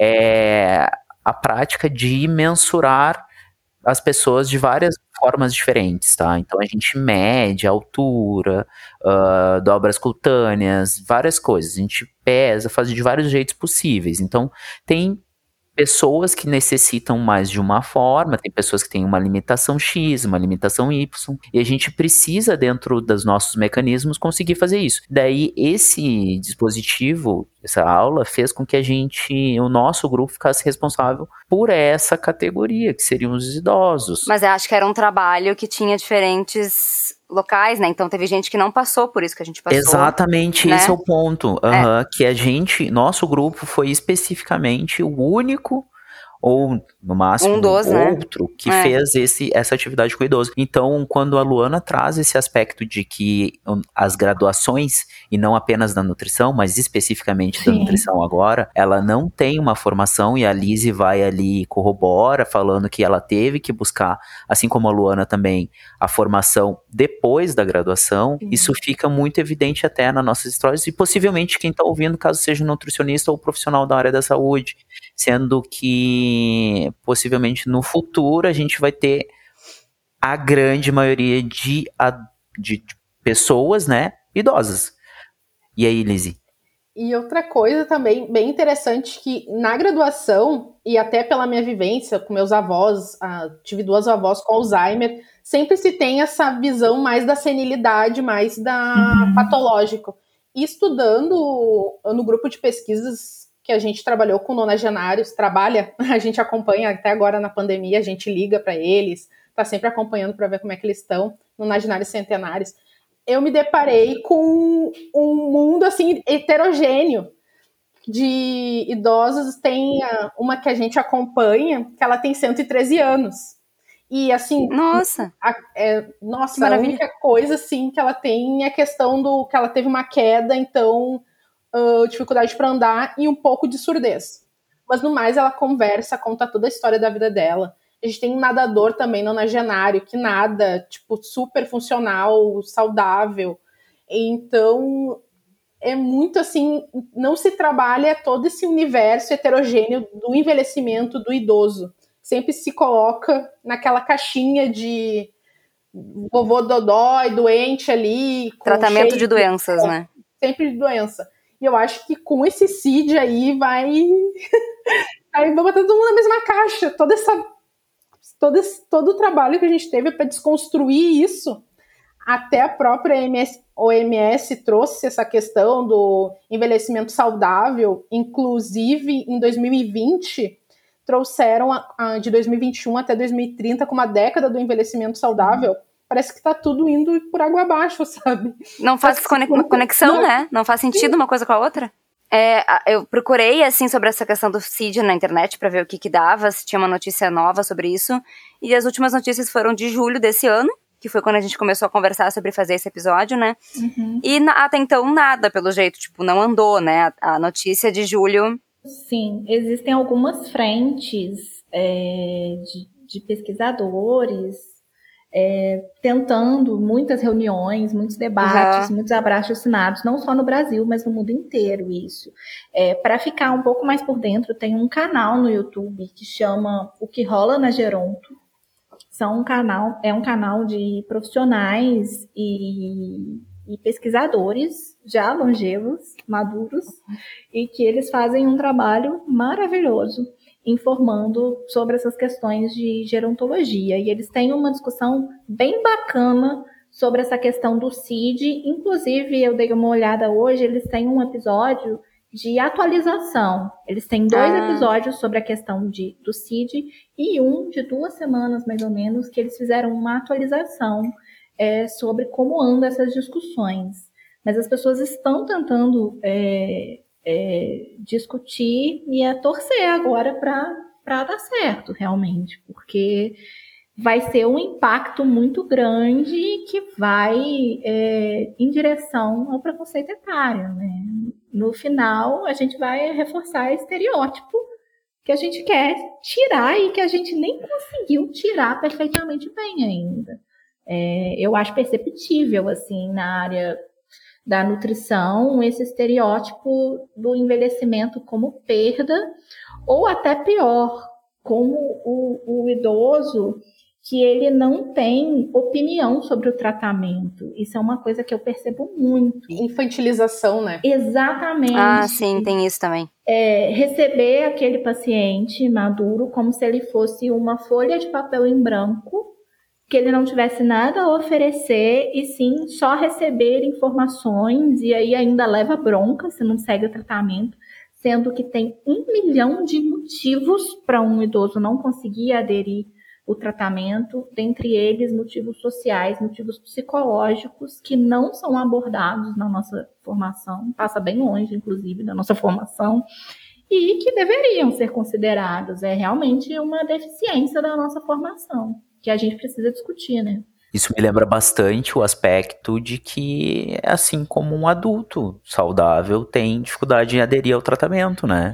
é a prática de mensurar as pessoas de várias formas diferentes, tá? Então a gente mede a altura, dobras cutâneas, várias coisas. A gente pesa, faz de vários jeitos possíveis. Então tem pessoas que necessitam mais de uma forma, tem pessoas que têm uma limitação X, uma limitação Y, e a gente precisa, dentro dos nossos mecanismos, conseguir fazer isso. Daí, esse dispositivo, essa aula, fez com que o nosso grupo ficasse responsável por essa categoria, que seriam os idosos. Mas eu acho que era um trabalho que tinha diferentes locais, né? Então teve gente que não passou por isso que a gente passou. Exatamente, né? Esse é o ponto. Que nosso grupo foi especificamente o único, ou no máximo outro, que fez essa atividade com o idoso. Então, quando a Luana traz esse aspecto de que as graduações, e não apenas da nutrição, mas especificamente da nutrição agora, ela não tem uma formação, e a Lizzie vai ali e corrobora, falando que ela teve que buscar, assim como a Luana também, a formação depois da graduação. Isso fica muito evidente até nas nossas histórias, e possivelmente quem está ouvindo, caso seja nutricionista ou profissional da área da saúde, sendo que possivelmente no futuro a gente vai ter a grande maioria de pessoas, né, idosas. E aí, Lizzie? E outra coisa também bem interessante, que na graduação, e até pela minha vivência com meus avós, tive 2 avós com Alzheimer, sempre se tem essa visão mais da senilidade, mais da patológico. E estudando no grupo de pesquisas que a gente trabalhou com nonagenários, a gente acompanha até agora na pandemia, a gente liga para eles, tá sempre acompanhando para ver como é que eles estão, nonagenários centenários. Eu me deparei com um mundo assim heterogêneo de idosos. Tem uma que a gente acompanha, que ela tem 113 anos. E assim, nossa, a única coisa assim que ela tem é a questão do que ela teve uma queda, então dificuldade para andar e um pouco de surdez. Mas no mais ela conversa, conta toda a história da vida dela. A gente tem um nadador também nonagenário que nada, tipo, super funcional, saudável. Então é muito assim, não se trabalha todo esse universo heterogêneo do envelhecimento do idoso. Sempre se coloca naquela caixinha de vovô dodói, doente ali. Tratamento de doenças, né? Sempre de doença. E eu acho que com esse CID aí aí vai botar todo mundo na mesma caixa. Todo o trabalho que a gente teve para desconstruir isso, até a própria OMS trouxe essa questão do envelhecimento saudável. Inclusive, em 2020, trouxeram de 2021 até 2030 como a década do envelhecimento saudável. Parece que tá tudo indo por água abaixo, sabe? Não faz conexão, né? Não faz sentido uma coisa com a outra. Eu procurei, assim, sobre essa questão do CID na internet pra ver o que dava, se tinha uma notícia nova sobre isso. E as últimas notícias foram de julho desse ano, que foi quando a gente começou a conversar sobre fazer esse episódio, né? E até então nada, pelo jeito, tipo, não andou, né? A notícia de julho. Sim, existem algumas frentes de pesquisadores tentando, muitas reuniões, muitos debates, muitos abaixo-assinados, não só no Brasil, mas no mundo inteiro isso. Para ficar um pouco mais por dentro, tem um canal no YouTube que chama O Que Rola na Geronto. É um canal de profissionais e pesquisadores já longevos, maduros, e que eles fazem um trabalho maravilhoso. informando sobre essas questões de gerontologia. E eles têm uma discussão bem bacana sobre essa questão do CID. Inclusive, eu dei uma olhada hoje, eles têm um episódio de atualização. Eles têm 2 episódios sobre a questão do CID e um de 2 semanas, mais ou menos, que eles fizeram uma atualização sobre como andam essas discussões. Mas as pessoas estão tentando discutir e torcer agora para dar certo, realmente, porque vai ser um impacto muito grande que vai em direção ao preconceito etário, né? No final, a gente vai reforçar estereótipo que a gente quer tirar e que a gente nem conseguiu tirar perfeitamente bem ainda. Eu acho perceptível, assim, na área da nutrição, esse estereótipo do envelhecimento como perda, ou até pior, como o idoso que ele não tem opinião sobre o tratamento. Isso é uma coisa que eu percebo muito. Infantilização, né? Exatamente. Ah, sim, tem isso também. Receber aquele paciente maduro como se ele fosse uma folha de papel em branco, que ele não tivesse nada a oferecer, e sim só receber informações, e aí ainda leva bronca se não segue o tratamento, sendo que tem 1 milhão de motivos para um idoso não conseguir aderir o tratamento, dentre eles motivos sociais, motivos psicológicos, que não são abordados na nossa formação, passa bem longe, inclusive, da nossa formação, e que deveriam ser considerados. É realmente uma deficiência da nossa formação, que a gente precisa discutir, né? Isso me lembra bastante o aspecto de que, assim como um adulto saudável tem dificuldade em aderir ao tratamento, né?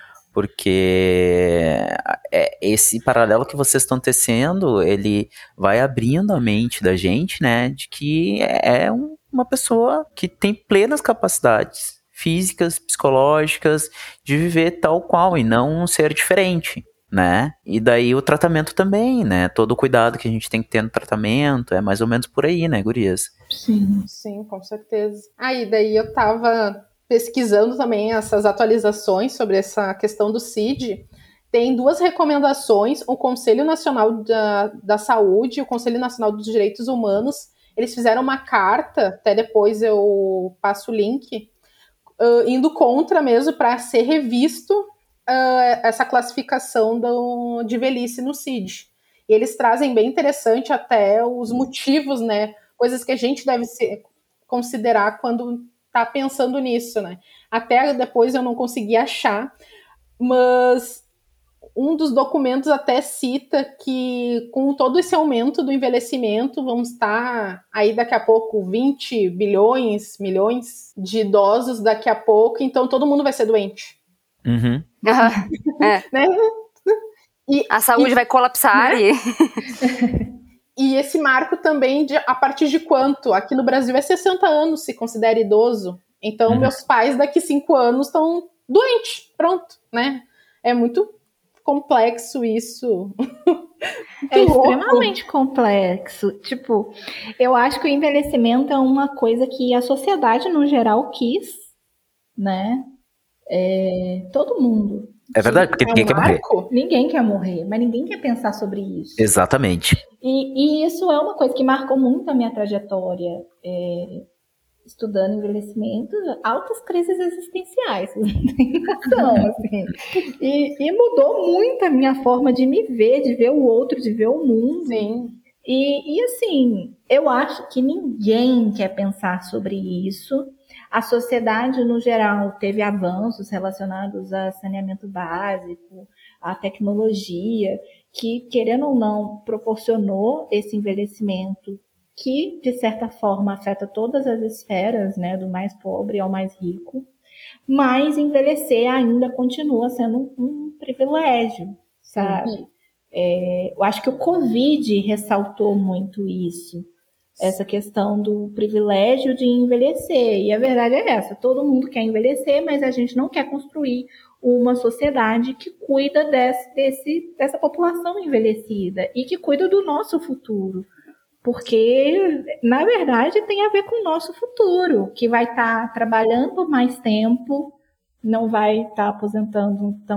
Porque esse paralelo que vocês estão tecendo, ele vai abrindo a mente da gente, né, de que uma pessoa que tem plenas capacidades físicas, psicológicas, de viver tal qual e não ser diferente, né? E daí o tratamento também, né? Todo o cuidado que a gente tem que ter no tratamento é mais ou menos por aí, né, gurias? Sim. Sim, com certeza. Aí daí eu tava pesquisando também essas atualizações sobre essa questão do CID. Tem 2 recomendações, o Conselho Nacional da Saúde e o Conselho Nacional dos Direitos Humanos, eles fizeram uma carta, até depois eu passo o link, indo contra mesmo para ser revisto essa classificação de velhice no CID. E eles trazem bem interessante até os motivos, né, coisas que a gente deve considerar quando tá pensando nisso, né? Até depois eu não consegui achar, mas um dos documentos até cita que com todo esse aumento do envelhecimento, vamos estar aí daqui a pouco 20 milhões de idosos daqui a pouco, então todo mundo vai ser doente. Uhum. Né? E a saúde vai colapsar, né? E esse marco também, a partir de quanto? Aqui no Brasil é 60 anos, se considera idoso. Então, meus pais daqui 5 anos estão doentes. Pronto, né? É muito complexo isso. Extremamente complexo. Tipo, eu acho que o envelhecimento é uma coisa que a sociedade, no geral, quis, né? Todo mundo. É verdade, porque ninguém quer morrer. Ninguém quer morrer, mas ninguém quer pensar sobre isso. Exatamente. E isso é uma coisa que marcou muito a minha trajetória, estudando envelhecimento, altas crises existenciais, vocês não têm noção, assim. E mudou muito a minha forma de me ver, de ver o outro, de ver o mundo. Sim. E assim, eu acho que ninguém quer pensar sobre isso. A sociedade, no geral, teve avanços relacionados a saneamento básico, a tecnologia, que, querendo ou não, proporcionou esse envelhecimento que, de certa forma, afeta todas as esferas, né, do mais pobre ao mais rico, mas envelhecer ainda continua sendo um privilégio, sabe? Eu acho que o Covid ressaltou muito isso, essa questão do privilégio de envelhecer, e a verdade é essa, todo mundo quer envelhecer, mas a gente não quer construir uma sociedade que cuida dessa população envelhecida e que cuida do nosso futuro, porque, na verdade, tem a ver com o nosso futuro, que vai estar trabalhando mais tempo, não vai estar aposentando tão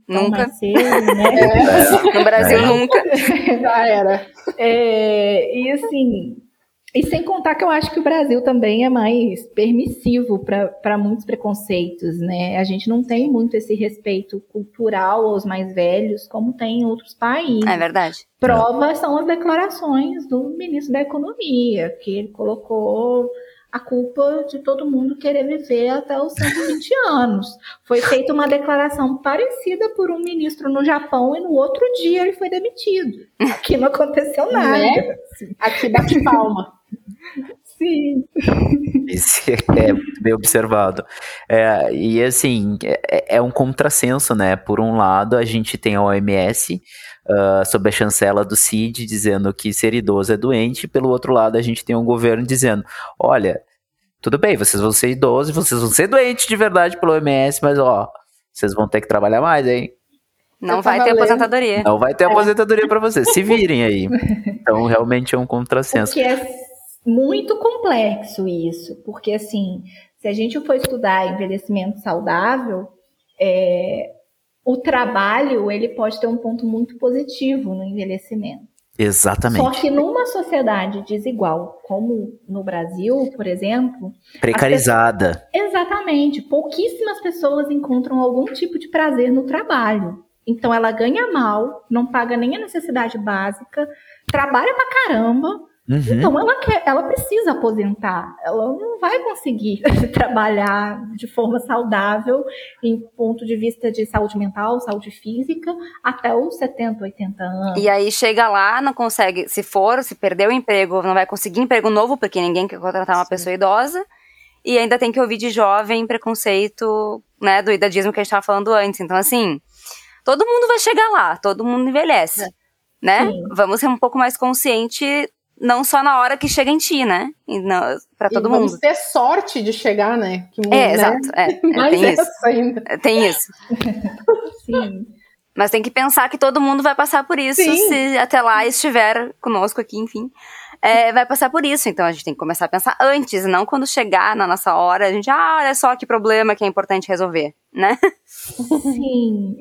tão Nunca. mais cedo, né? No Brasil, nunca. Já era. E assim, e sem contar que eu acho que o Brasil também é mais permissivo para muitos preconceitos, né? A gente não tem muito esse respeito cultural aos mais velhos, como tem em outros países. É verdade. Prova são as declarações do ministro da Economia, que ele colocou a culpa de todo mundo querer viver até os 120 anos. Foi feita uma declaração parecida por um ministro no Japão e no outro dia ele foi demitido. Aqui não aconteceu nada. Né? Aqui bate palma. Sim. Isso é muito bem observado. E assim, é um contrassenso, né? Por um lado, a gente tem a OMS sob a chancela do CID dizendo que ser idoso é doente, pelo outro lado a gente tem um governo dizendo, olha, tudo bem, vocês vão ser idosos, vocês vão ser doentes de verdade pelo OMS, mas ó, vocês vão ter que trabalhar mais, hein? Não vai ter aposentadoria. Não vai ter aposentadoria para vocês, se virem aí. Então realmente é um contrassenso. Porque é muito complexo isso, porque assim, se a gente for estudar envelhecimento saudável, o trabalho, ele pode ter um ponto muito positivo no envelhecimento. Exatamente. Só que numa sociedade desigual, como no Brasil, por exemplo... Precarizada. Exatamente. Pouquíssimas pessoas encontram algum tipo de prazer no trabalho. Então, ela ganha mal, não paga nem a necessidade básica, trabalha pra caramba... Então, ela precisa aposentar. Ela não vai conseguir trabalhar de forma saudável em ponto de vista de saúde mental, saúde física, até os 70, 80 anos. E aí chega lá, não consegue, se perder o emprego, não vai conseguir emprego novo, porque ninguém quer contratar uma pessoa idosa, e ainda tem que ouvir de jovem preconceito, né, do idadismo que a gente estava falando antes. Então, assim, todo mundo vai chegar lá, todo mundo envelhece, né? Sim. Vamos ser um pouco mais consciente, não só na hora que chega em ti, né? Pra todo mundo. Vamos ter sorte de chegar, né? Exato. Mas tem isso. Ainda. Tem isso. Sim. Mas tem que pensar que todo mundo vai passar por isso, Sim. Se até lá estiver conosco aqui, enfim. Vai passar por isso, então a gente tem que começar a pensar antes, não quando chegar na nossa hora, a gente, olha só que problema que é importante resolver, né? Sim,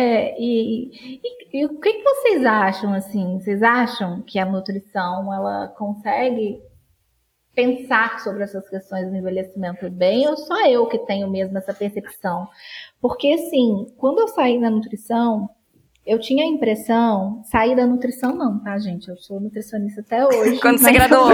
e o que vocês acham, assim? Vocês acham que a nutrição, ela consegue pensar sobre essas questões do envelhecimento bem, ou só eu que tenho mesmo essa percepção? Porque, assim, quando eu saí da nutrição, eu tinha a impressão, saí da nutrição não, tá, gente? Eu sou nutricionista até hoje. Quando você graduou.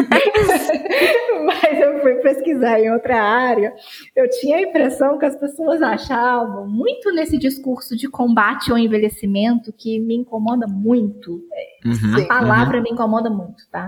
Mas eu fui pesquisar em outra área. Eu tinha a impressão que as pessoas achavam, muito nesse discurso de combate ao envelhecimento, que me incomoda muito. A palavra me incomoda muito, tá?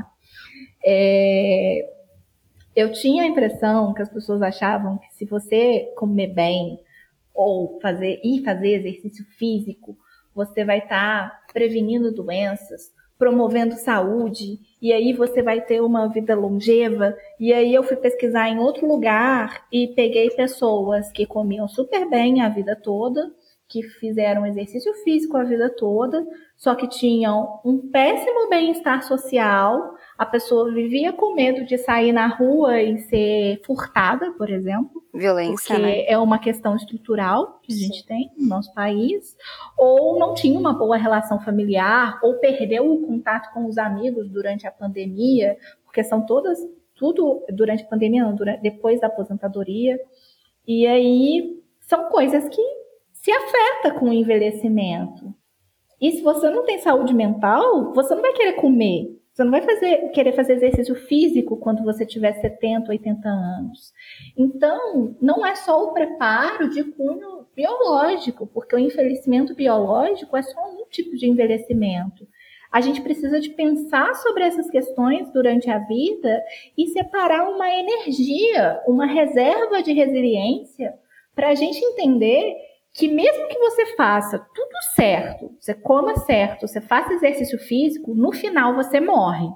Eu tinha a impressão que as pessoas achavam que se você comer bem ou fazer exercício físico, você vai estar prevenindo doenças, promovendo saúde, e aí você vai ter uma vida longeva. E aí eu fui pesquisar em outro lugar e peguei pessoas que comiam super bem a vida toda, que fizeram exercício físico a vida toda, só que tinham um péssimo bem-estar social, a pessoa vivia com medo de sair na rua e ser furtada, por exemplo. Violência, porque né? É uma questão estrutural que a gente tem no nosso país, ou não tinha uma boa relação familiar, ou perdeu o contato com os amigos durante a pandemia, porque são tudo durante a pandemia, não, depois da aposentadoria. E aí são coisas que se afetam com o envelhecimento. E se você não tem saúde mental, você não vai querer comer. Você não vai querer fazer exercício físico quando você tiver 70, 80 anos. Então, não é só o preparo de cunho biológico, porque o envelhecimento biológico é só um tipo de envelhecimento. A gente precisa de pensar sobre essas questões durante a vida e separar uma energia, uma reserva de resiliência para a gente entender que mesmo que você faça tudo certo, você coma certo, você faça exercício físico, no final você morre.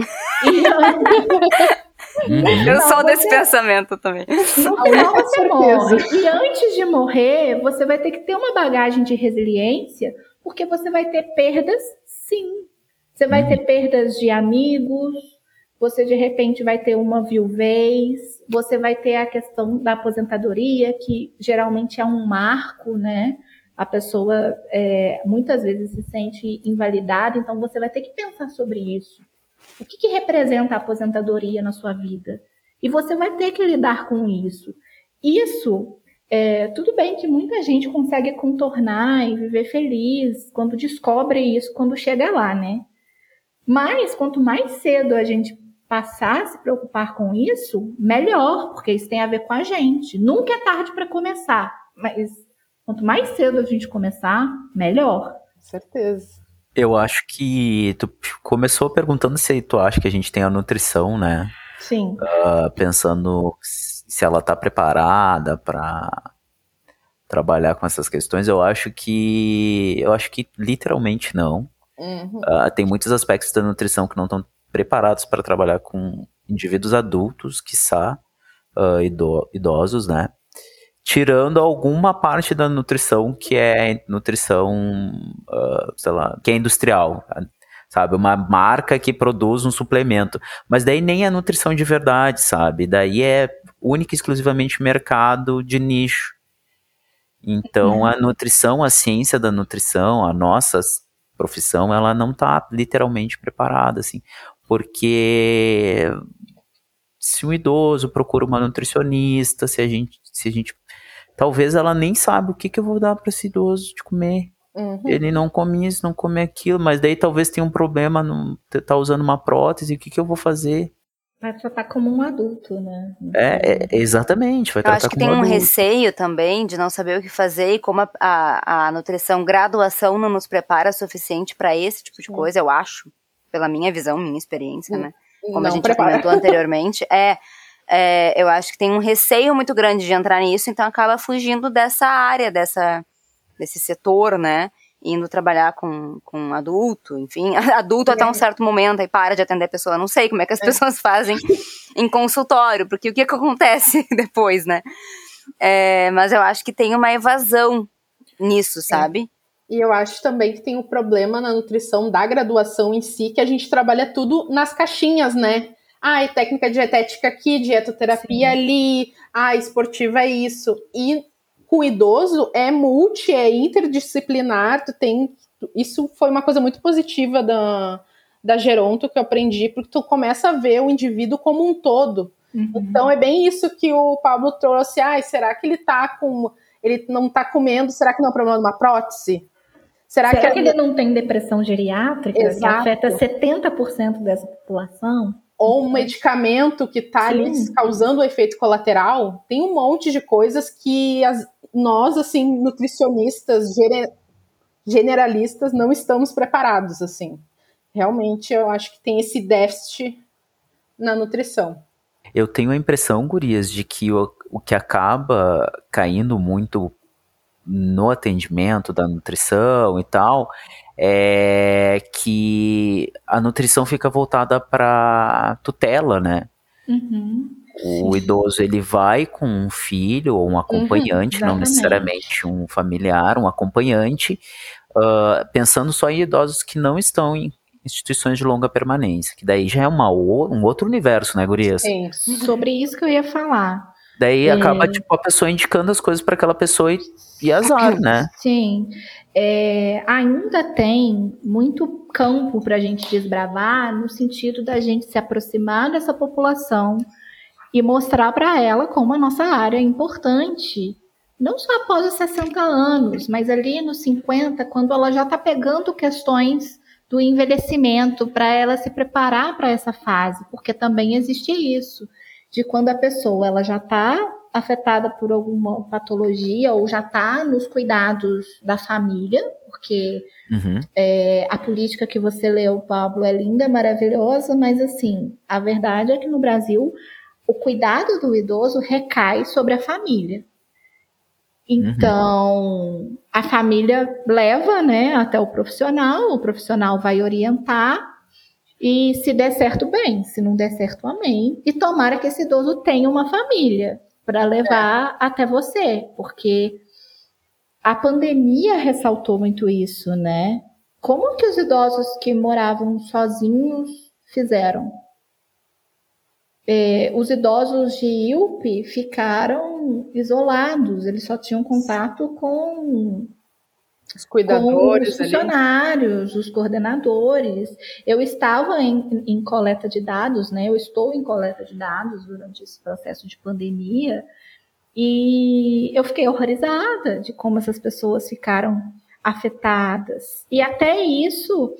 Eu sou desse pensamento também. No final você morre. E antes de morrer, você vai ter que ter uma bagagem de resiliência, porque você vai ter perdas, sim. Você vai ter perdas de amigos, você de repente vai ter uma viuvez, você vai ter a questão da aposentadoria, que geralmente é um marco, né, A pessoa muitas vezes se sente invalidada, então você vai ter que pensar sobre isso. O que representa a aposentadoria na sua vida? E você vai ter que lidar com isso. Isso, tudo bem que muita gente consegue contornar e viver feliz quando descobre isso, quando chega lá, né? Mas quanto mais cedo a gente passar a se preocupar com isso, melhor, porque isso tem a ver com a gente. Nunca é tarde para começar, mas quanto mais cedo a gente começar, melhor. Certeza. Eu acho que tu começou perguntando se tu acha que a gente tem a nutrição, né? Sim. Pensando se ela tá preparada para trabalhar com essas questões. Eu acho que literalmente não. Tem muitos aspectos da nutrição que não estão preparados para trabalhar com indivíduos adultos, quiçá idosos, né? Tirando alguma parte da nutrição que é nutrição, sei lá, que é industrial, sabe? Uma marca que produz um suplemento. Mas daí nem é nutrição de verdade, sabe? Daí é única e exclusivamente mercado de nicho. Então a nutrição, a ciência da nutrição, a nossa profissão, ela não está literalmente preparada, assim. Porque se um idoso procura uma nutricionista, se a gente talvez ela nem sabe o que eu vou dar para esse idoso de comer. Ele não come isso, não come aquilo, mas daí talvez tenha um problema, tá usando uma prótese, o que eu vou fazer? Vai tratar como um adulto, né? Exatamente, vai Eu acho tratar que como tem um adulto. receio também de não saber o que fazer, e como a nutrição graduação não nos prepara o suficiente para esse tipo de coisa, eu acho, pela minha visão, minha experiência, né? Como a gente já comentou anteriormente, eu acho que tem um receio muito grande de entrar nisso, então acaba fugindo dessa área, desse setor, né? Indo trabalhar com adulto, enfim, adulto até um certo momento, aí para de atender a pessoa. Não sei como é que as pessoas fazem em consultório, porque o que acontece depois, né? Mas eu acho que tem uma evasão nisso, sabe? E eu acho também que tem um problema na nutrição da graduação em si, que a gente trabalha tudo nas caixinhas, né? E técnica dietética aqui, dietoterapia ali, esportiva é isso. E com idoso é interdisciplinar, isso foi uma coisa muito positiva da Geronto que eu aprendi, porque tu começa a ver o indivíduo como um todo. Então é bem isso que o Pablo trouxe. Será que ele não tá comendo? Será que não é um problema de uma prótese? Será que ele não tem depressão geriátrica? Exato. Que afeta 70% dessa população? Ou um medicamento que está ali causando o efeito colateral? Tem um monte de coisas que nós, assim, nutricionistas, generalistas, não estamos preparados, assim. Realmente, eu acho que tem esse déficit na nutrição. Eu tenho a impressão, gurias, de que o que acaba caindo muito no atendimento da nutrição e tal, é que a nutrição fica voltada para tutela, né? O idoso, ele vai com um filho ou um acompanhante, não necessariamente um familiar, um acompanhante, pensando só em idosos que não estão em instituições de longa permanência, que daí já é um outro universo, né, gurias? Sim, sobre isso que eu ia falar. Daí acaba, a pessoa indicando as coisas para aquela pessoa e azar, né? Sim. Ainda tem muito campo para a gente desbravar, no sentido da gente se aproximar dessa população e mostrar para ela como a nossa área é importante. Não só após os 60 anos, mas ali nos 50, quando ela já está pegando questões do envelhecimento, para ela se preparar para essa fase, porque também existe isso, de quando a pessoa ela já está afetada por alguma patologia ou já está nos cuidados da família, porque a política que você leu, Pablo, é linda, maravilhosa, mas assim, a verdade é que no Brasil o cuidado do idoso recai sobre a família. Então, a família leva, né, até o profissional vai orientar, e se der certo, bem, se não der certo, amém. E tomara que esse idoso tenha uma família para levar até você, porque a pandemia ressaltou muito isso, né? Como que os idosos que moravam sozinhos fizeram? Os idosos de IUP ficaram isolados, eles só tinham contato com Os cuidadores, com os funcionários, os coordenadores. Eu estava em coleta de dados, né? Eu estou em coleta de dados durante esse processo de pandemia e eu fiquei horrorizada de como essas pessoas ficaram afetadas. E até isso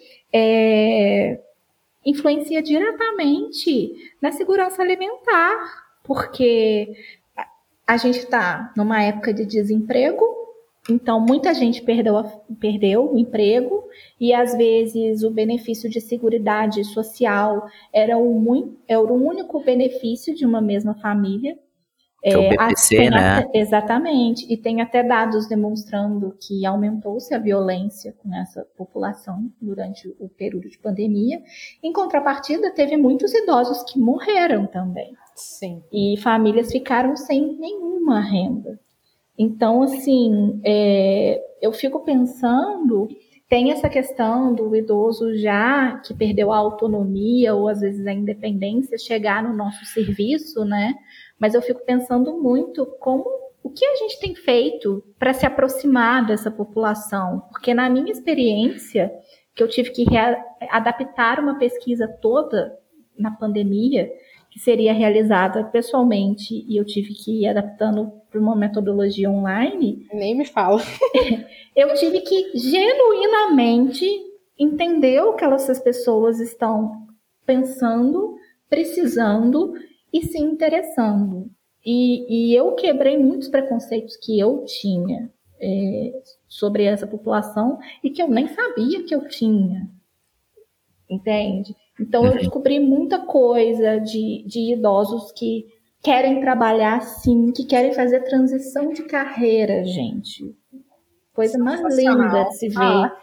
influencia diretamente na segurança alimentar, porque a gente está numa época de desemprego. Então, muita gente perdeu o emprego e, às vezes, o benefício de seguridade social era o único benefício de uma mesma família. Que é o BPC, né? Exatamente. E tem até dados demonstrando que aumentou-se a violência com essa população durante o período de pandemia. Em contrapartida, teve muitos idosos que morreram também. Sim. E famílias ficaram sem nenhuma renda. Então, assim, eu fico pensando, tem essa questão do idoso já que perdeu a autonomia ou às vezes a independência chegar no nosso serviço, né? Mas eu fico pensando muito o que a gente tem feito para se aproximar dessa população. Porque na minha experiência, que eu tive que adaptar uma pesquisa toda na pandemia, que seria realizada pessoalmente, e eu tive que ir adaptando para uma metodologia online. Nem me fala. Eu tive que genuinamente entender o que essas pessoas estão pensando, precisando e se interessando. E eu quebrei muitos preconceitos que eu tinha sobre essa população e que eu nem sabia que eu tinha. Entende? Então, eu descobri muita coisa de idosos que querem trabalhar, sim, que querem fazer transição de carreira, gente. Coisa mais linda de se ver.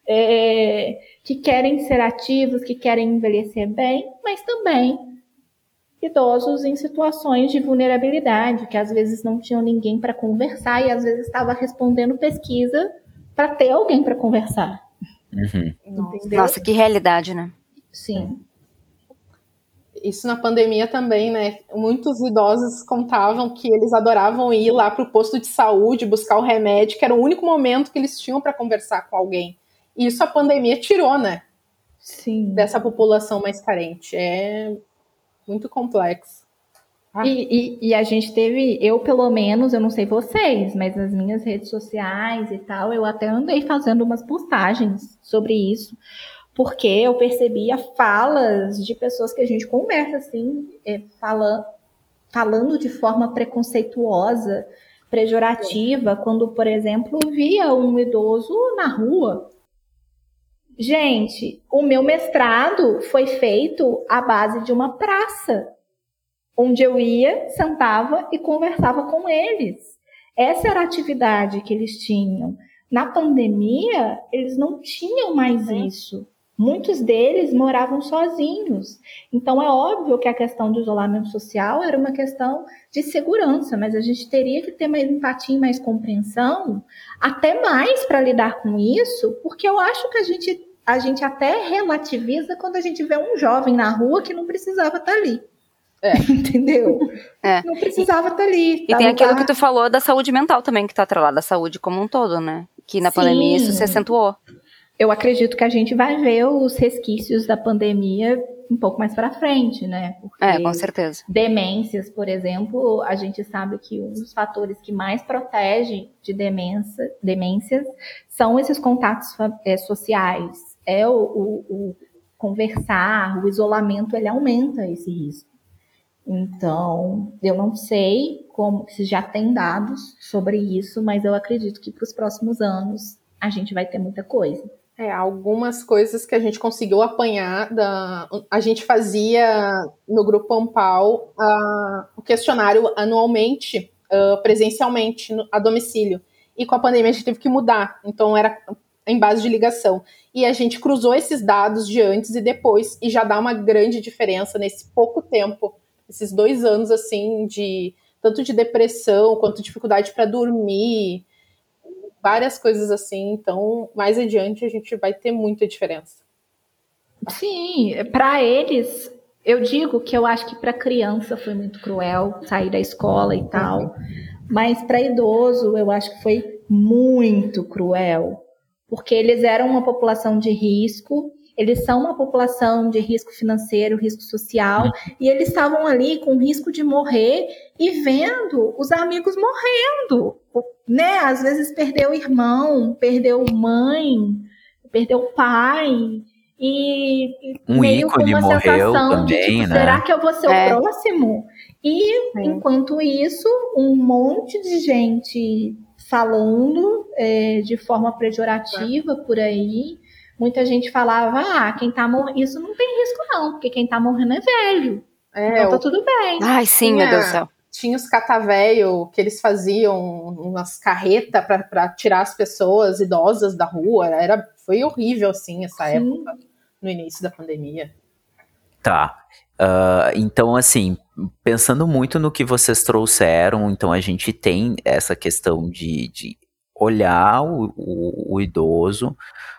Que querem ser ativos, que querem envelhecer bem, mas também idosos em situações de vulnerabilidade, que às vezes não tinham ninguém para conversar e às vezes estava respondendo pesquisa para ter alguém para conversar. Entendeu? Nossa, que realidade, né? Sim. Isso na pandemia também, né? Muitos idosos contavam que eles adoravam ir lá para o posto de saúde, buscar o remédio, que era o único momento que eles tinham para conversar com alguém. E isso a pandemia tirou, né? Sim. Dessa população mais carente. É muito complexo. E a gente teve, eu pelo menos, eu não sei vocês, mas nas minhas redes sociais e tal, eu até andei fazendo umas postagens sobre isso, porque eu percebia falas de pessoas que a gente conversa assim, falando de forma preconceituosa, pejorativa, quando, por exemplo, via um idoso na rua. Gente, o meu mestrado foi feito à base de uma praça, onde eu ia, sentava e conversava com eles. Essa era a atividade que eles tinham. Na pandemia, eles não tinham mais isso. Muitos deles moravam sozinhos. Então, é óbvio que a questão do isolamento social era uma questão de segurança, mas a gente teria que ter mais empatia e mais compreensão, até mais para lidar com isso, porque eu acho que a gente até relativiza quando a gente vê um jovem na rua que não precisava estar ali. Entendeu? Não precisava estar ali. E tem aquilo que tu falou da saúde mental também, que tá atrelada à saúde como um todo, né? Que na pandemia isso se acentuou. Eu acredito que a gente vai ver os resquícios da pandemia um pouco mais para frente, né? Porque com certeza. Demências, por exemplo, a gente sabe que um dos fatores que mais protege de demências são esses contatos sociais. O conversar, o isolamento, ele aumenta esse risco. Então, eu não sei se já tem dados sobre isso, mas eu acredito que para os próximos anos a gente vai ter muita coisa. Algumas coisas que a gente conseguiu apanhar, a gente fazia no Grupo Ampal o questionário anualmente, presencialmente, a domicílio. E com a pandemia a gente teve que mudar, então era em base de ligação. E a gente cruzou esses dados de antes e depois, e já dá uma grande diferença nesse pouco tempo, esses 2 anos, assim, tanto de depressão, quanto dificuldade para dormir, várias coisas assim. Então, mais adiante, a gente vai ter muita diferença. Sim, para eles, eu digo que eu acho que para criança foi muito cruel sair da escola e tal, mas para idoso eu acho que foi muito cruel, porque eles eram uma população de risco, eles são uma população de risco financeiro, risco social, e eles estavam ali com risco de morrer e vendo os amigos morrendo, né? Às vezes perdeu irmão, perdeu mãe, perdeu pai, e um meio com ícone uma morreu sensação também, de tipo, né? será que eu vou ser o próximo? E enquanto isso, um monte de gente falando de forma pejorativa por aí. Muita gente falava, quem tá morrendo, isso não tem risco não, porque quem tá morrendo é velho. Então tá tudo bem. Ai, sim, meu Deus do céu. Tinha os catavéio que eles faziam umas carretas para tirar as pessoas idosas da rua. Foi horrível, assim, essa época, no início da pandemia. Tá. Então, assim, pensando muito no que vocês trouxeram, então a gente tem essa questão de olhar o idoso,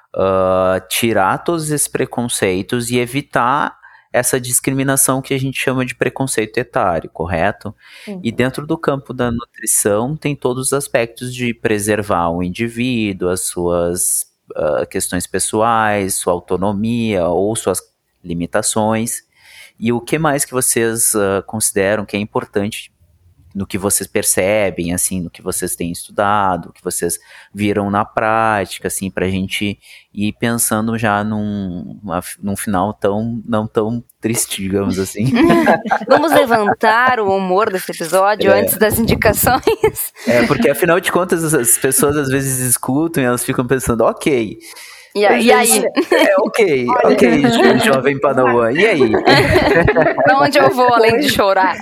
tirar todos esses preconceitos e evitar essa discriminação que a gente chama de preconceito etário, correto? E dentro do campo da nutrição tem todos os aspectos de preservar o indivíduo, as suas questões pessoais, sua autonomia ou suas limitações. E o que mais que vocês consideram que é importante no que vocês percebem, assim, no que vocês têm estudado, o que vocês viram na prática, assim, pra gente ir pensando já num final não tão triste, digamos assim. Vamos levantar o humor desse episódio antes das indicações? Porque afinal de contas as pessoas às vezes escutam e elas ficam pensando, ok... E aí? Ok, jovem Padawan, e aí? Pra onde eu vou além de chorar?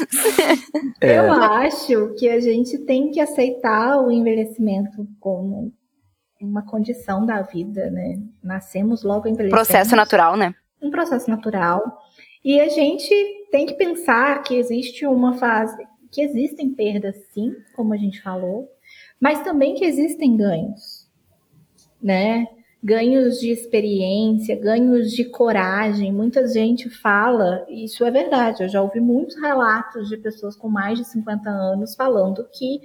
Eu acho que a gente tem que aceitar o envelhecimento como uma condição da vida, né? Nascemos logo envelhecendo. Processo natural, né? Um processo natural. E a gente tem que pensar que existe uma fase, que existem perdas, sim, como a gente falou, mas também que existem ganhos, né? Ganhos de experiência, ganhos de coragem. Muita gente fala, e isso é verdade, eu já ouvi muitos relatos de pessoas com mais de 50 anos falando que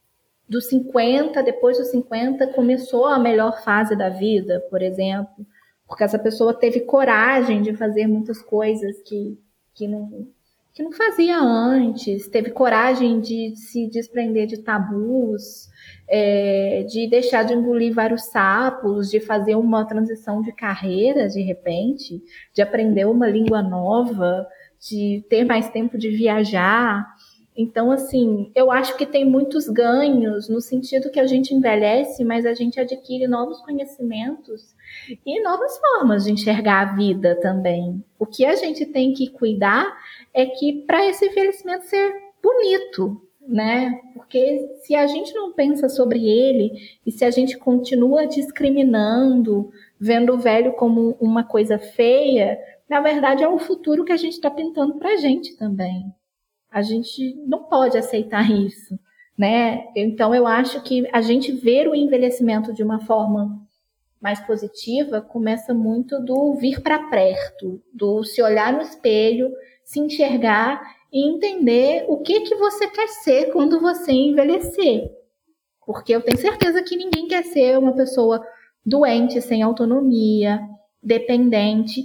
depois dos 50, começou a melhor fase da vida, por exemplo, porque essa pessoa teve coragem de fazer muitas coisas que não fazia antes, teve coragem de se desprender de tabus, de deixar de engolir vários sapos, de fazer uma transição de carreira de repente, de aprender uma língua nova, de ter mais tempo de viajar. Então, assim, eu acho que tem muitos ganhos no sentido que a gente envelhece, mas a gente adquire novos conhecimentos e novas formas de enxergar a vida também. O que a gente tem que cuidar é que para esse envelhecimento ser bonito, né? Porque se a gente não pensa sobre ele e se a gente continua discriminando, vendo o velho como uma coisa feia, na verdade é o futuro que a gente está pintando para a gente também. A gente não pode aceitar isso, né? Então eu acho que a gente ver o envelhecimento de uma forma mais positiva começa muito do vir para perto, do se olhar no espelho, se enxergar e entender o que você quer ser quando você envelhecer. Porque eu tenho certeza que ninguém quer ser uma pessoa doente, sem autonomia, dependente,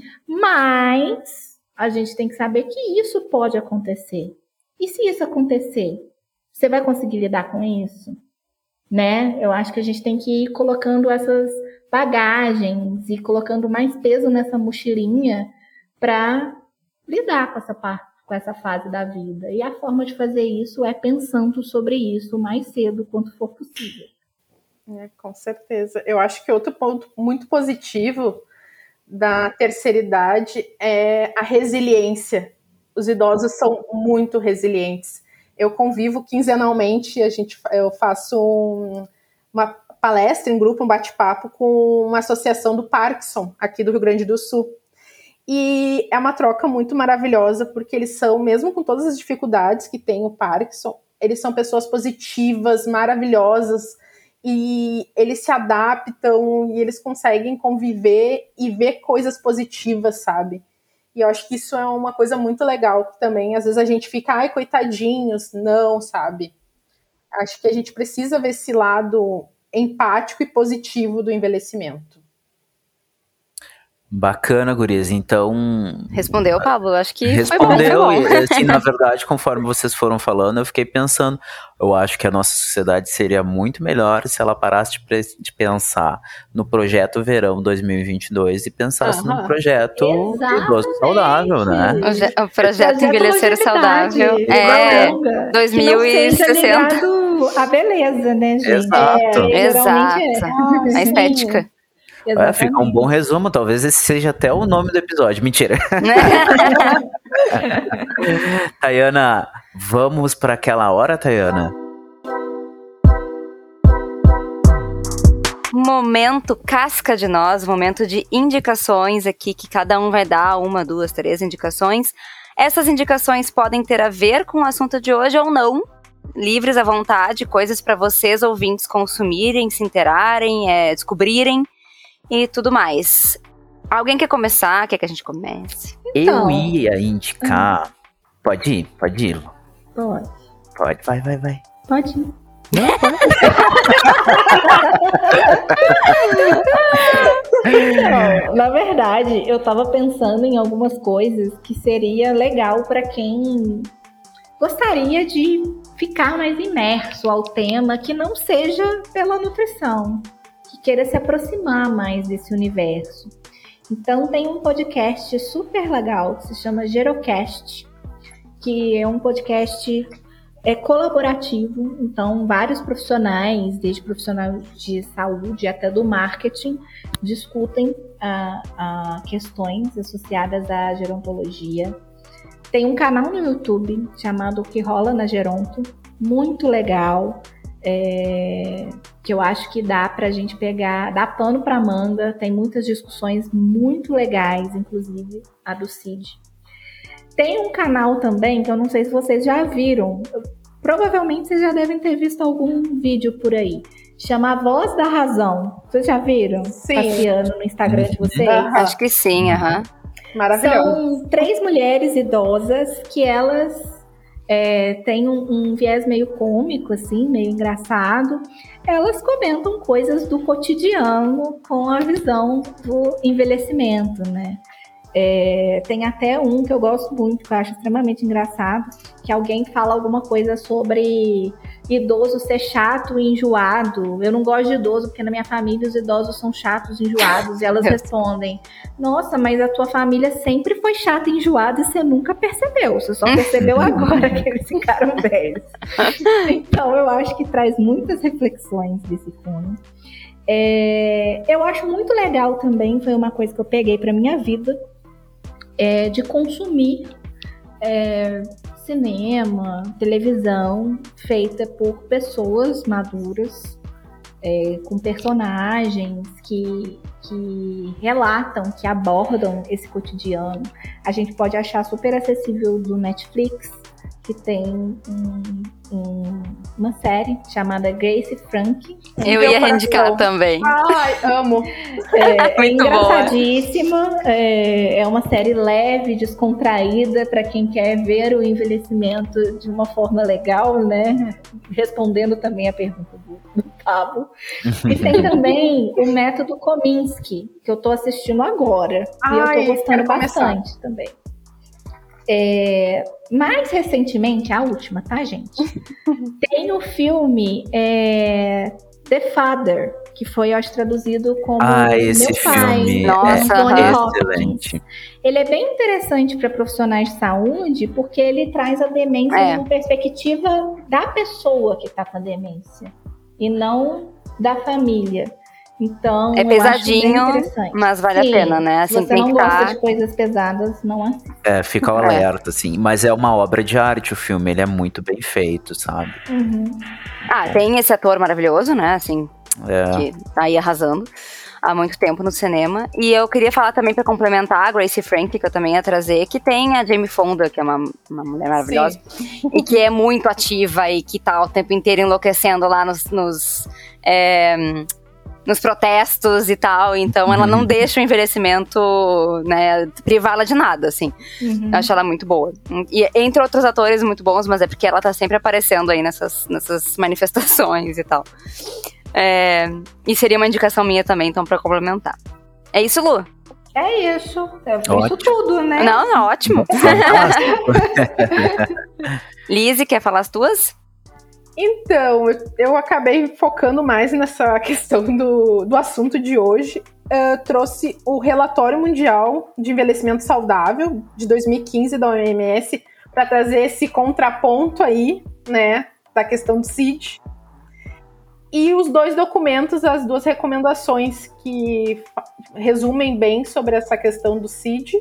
mas a gente tem que saber que isso pode acontecer. E se isso acontecer, você vai conseguir lidar com isso? Né? Eu acho que a gente tem que ir colocando essas bagagens e colocando mais peso nessa mochilinha para lidar com essa fase da vida. E a forma de fazer isso é pensando sobre isso o mais cedo quanto for possível. Com certeza. Eu acho que outro ponto muito positivo da terceira idade é a resiliência. Os idosos são muito resilientes. Eu convivo quinzenalmente, eu faço uma palestra em grupo, um bate-papo com uma associação do Parkinson, aqui do Rio Grande do Sul. E é uma troca muito maravilhosa, porque eles são, mesmo com todas as dificuldades que tem o Parkinson, eles são pessoas positivas, maravilhosas, e eles se adaptam, e eles conseguem conviver e ver coisas positivas, sabe? E eu acho que isso é uma coisa muito legal, que também, às vezes a gente fica, coitadinhos, não, sabe? Acho que a gente precisa ver esse lado empático e positivo do envelhecimento. Bacana, gurias. Então... Respondeu, Pablo? Acho que respondeu, foi bom. E, assim, na verdade, conforme vocês foram falando, eu fiquei pensando, eu acho que a nossa sociedade seria muito melhor se ela parasse de pensar no projeto Verão 2022 e pensasse no projeto Idoso Saudável, né? O projeto Envelhecer Saudável. 2060. A beleza, né, gente? Exato. Exato. A estética. Fica um bom resumo, talvez esse seja até o nome do episódio. Mentira. Tayana, vamos para aquela hora, Tayana? Momento casca de nós, momento de indicações aqui, que cada um vai dar 1, 2, 3 indicações. Essas indicações podem ter a ver com o assunto de hoje ou não. Livres à vontade, coisas para vocês ouvintes consumirem, se inteirarem, descobrirem e tudo mais. Alguém quer começar? Quer que a gente comece? Eu ia indicar... Pode ir, Lu. Pode. Vai. Pode ir. Não, pode. Não, na verdade, eu tava pensando em algumas coisas que seria legal para quem gostaria de ficar mais imerso ao tema, que não seja pela nutrição, que queira se aproximar mais desse universo. Então tem um podcast super legal que se chama Gerocast, que é um podcast colaborativo. Então vários profissionais, desde profissionais de saúde até do marketing, discutem questões associadas à gerontologia. Tem um canal no YouTube chamado O Que Rola na Geronto, muito legal, que eu acho que dá pra gente pegar, dá pano pra manga, tem muitas discussões muito legais, inclusive a do Cid. Tem um canal também, que eu não sei se vocês já viram, provavelmente vocês já devem ter visto algum vídeo por aí, chama A Voz da Razão. Vocês já viram? Sim. Passeando no Instagram de vocês? Acho que sim, Maravilhoso. São 3 mulheres idosas que elas têm um viés meio cômico, assim, meio engraçado. Elas comentam coisas do cotidiano com a visão do envelhecimento, né? Tem até um que eu gosto muito, que eu acho extremamente engraçado, que alguém fala alguma coisa sobre idoso ser chato e enjoado. Eu não gosto de idoso porque na minha família os idosos são chatos e enjoados. E elas respondem: nossa, mas a tua família sempre foi chata e enjoada e você nunca percebeu. Você só percebeu agora que eles ficaram velhos. Então eu acho que traz muitas reflexões desse filme. Eu acho muito legal também, foi uma coisa que eu peguei para minha vida, de consumir cinema, televisão feita por pessoas maduras, com personagens que relatam, que abordam esse cotidiano. A gente pode achar super acessível do Netflix, que tem uma série chamada Grace Frank. Eu ia indicar também. Ai, amo. Muito engraçadíssima. É uma série leve, descontraída, para quem quer ver o envelhecimento de uma forma legal, né? Respondendo também a pergunta do Pablo. E tem também o Método Kominsky, que eu tô assistindo agora. E eu tô gostando bastante também. Mais recentemente, a última, tá, gente? Tem o filme The Father, que foi, acho, traduzido como esse Meu Pai. Filme Nossa, excelente. Ele é bem interessante para profissionais de saúde, porque ele traz a demência de uma perspectiva da pessoa que está com a demência, e não da família. Então, é pesadinho, mas vale a pena, né? Assim, se você não gosta de coisas pesadas, não assista. Fica o alerta, assim. Mas é uma obra de arte o filme, ele é muito bem feito, sabe? Uhum. Tem esse ator maravilhoso, né? Assim, que tá aí arrasando há muito tempo no cinema. E eu queria falar também, para complementar, a Grace Frank, que eu também ia trazer, que tem a Jamie Fonda, que é uma mulher maravilhosa, e que é muito ativa e que tá o tempo inteiro enlouquecendo lá nos protestos e tal, então ela não deixa o envelhecimento, né, privá-la de nada, assim. Eu acho ela muito boa. E entre outros atores muito bons, mas é porque ela tá sempre aparecendo aí nessas manifestações e tal. E seria uma indicação minha também, então, pra complementar. É isso, Lu? É isso. Isso tudo, né? Não, ótimo. Lizzy, quer falar as tuas? Então, eu acabei focando mais nessa questão do assunto de hoje. Eu trouxe o Relatório Mundial de Envelhecimento Saudável de 2015 da OMS para trazer esse contraponto aí, né, da questão do CID. E os 2 documentos, as 2 recomendações que resumem bem sobre essa questão do CID.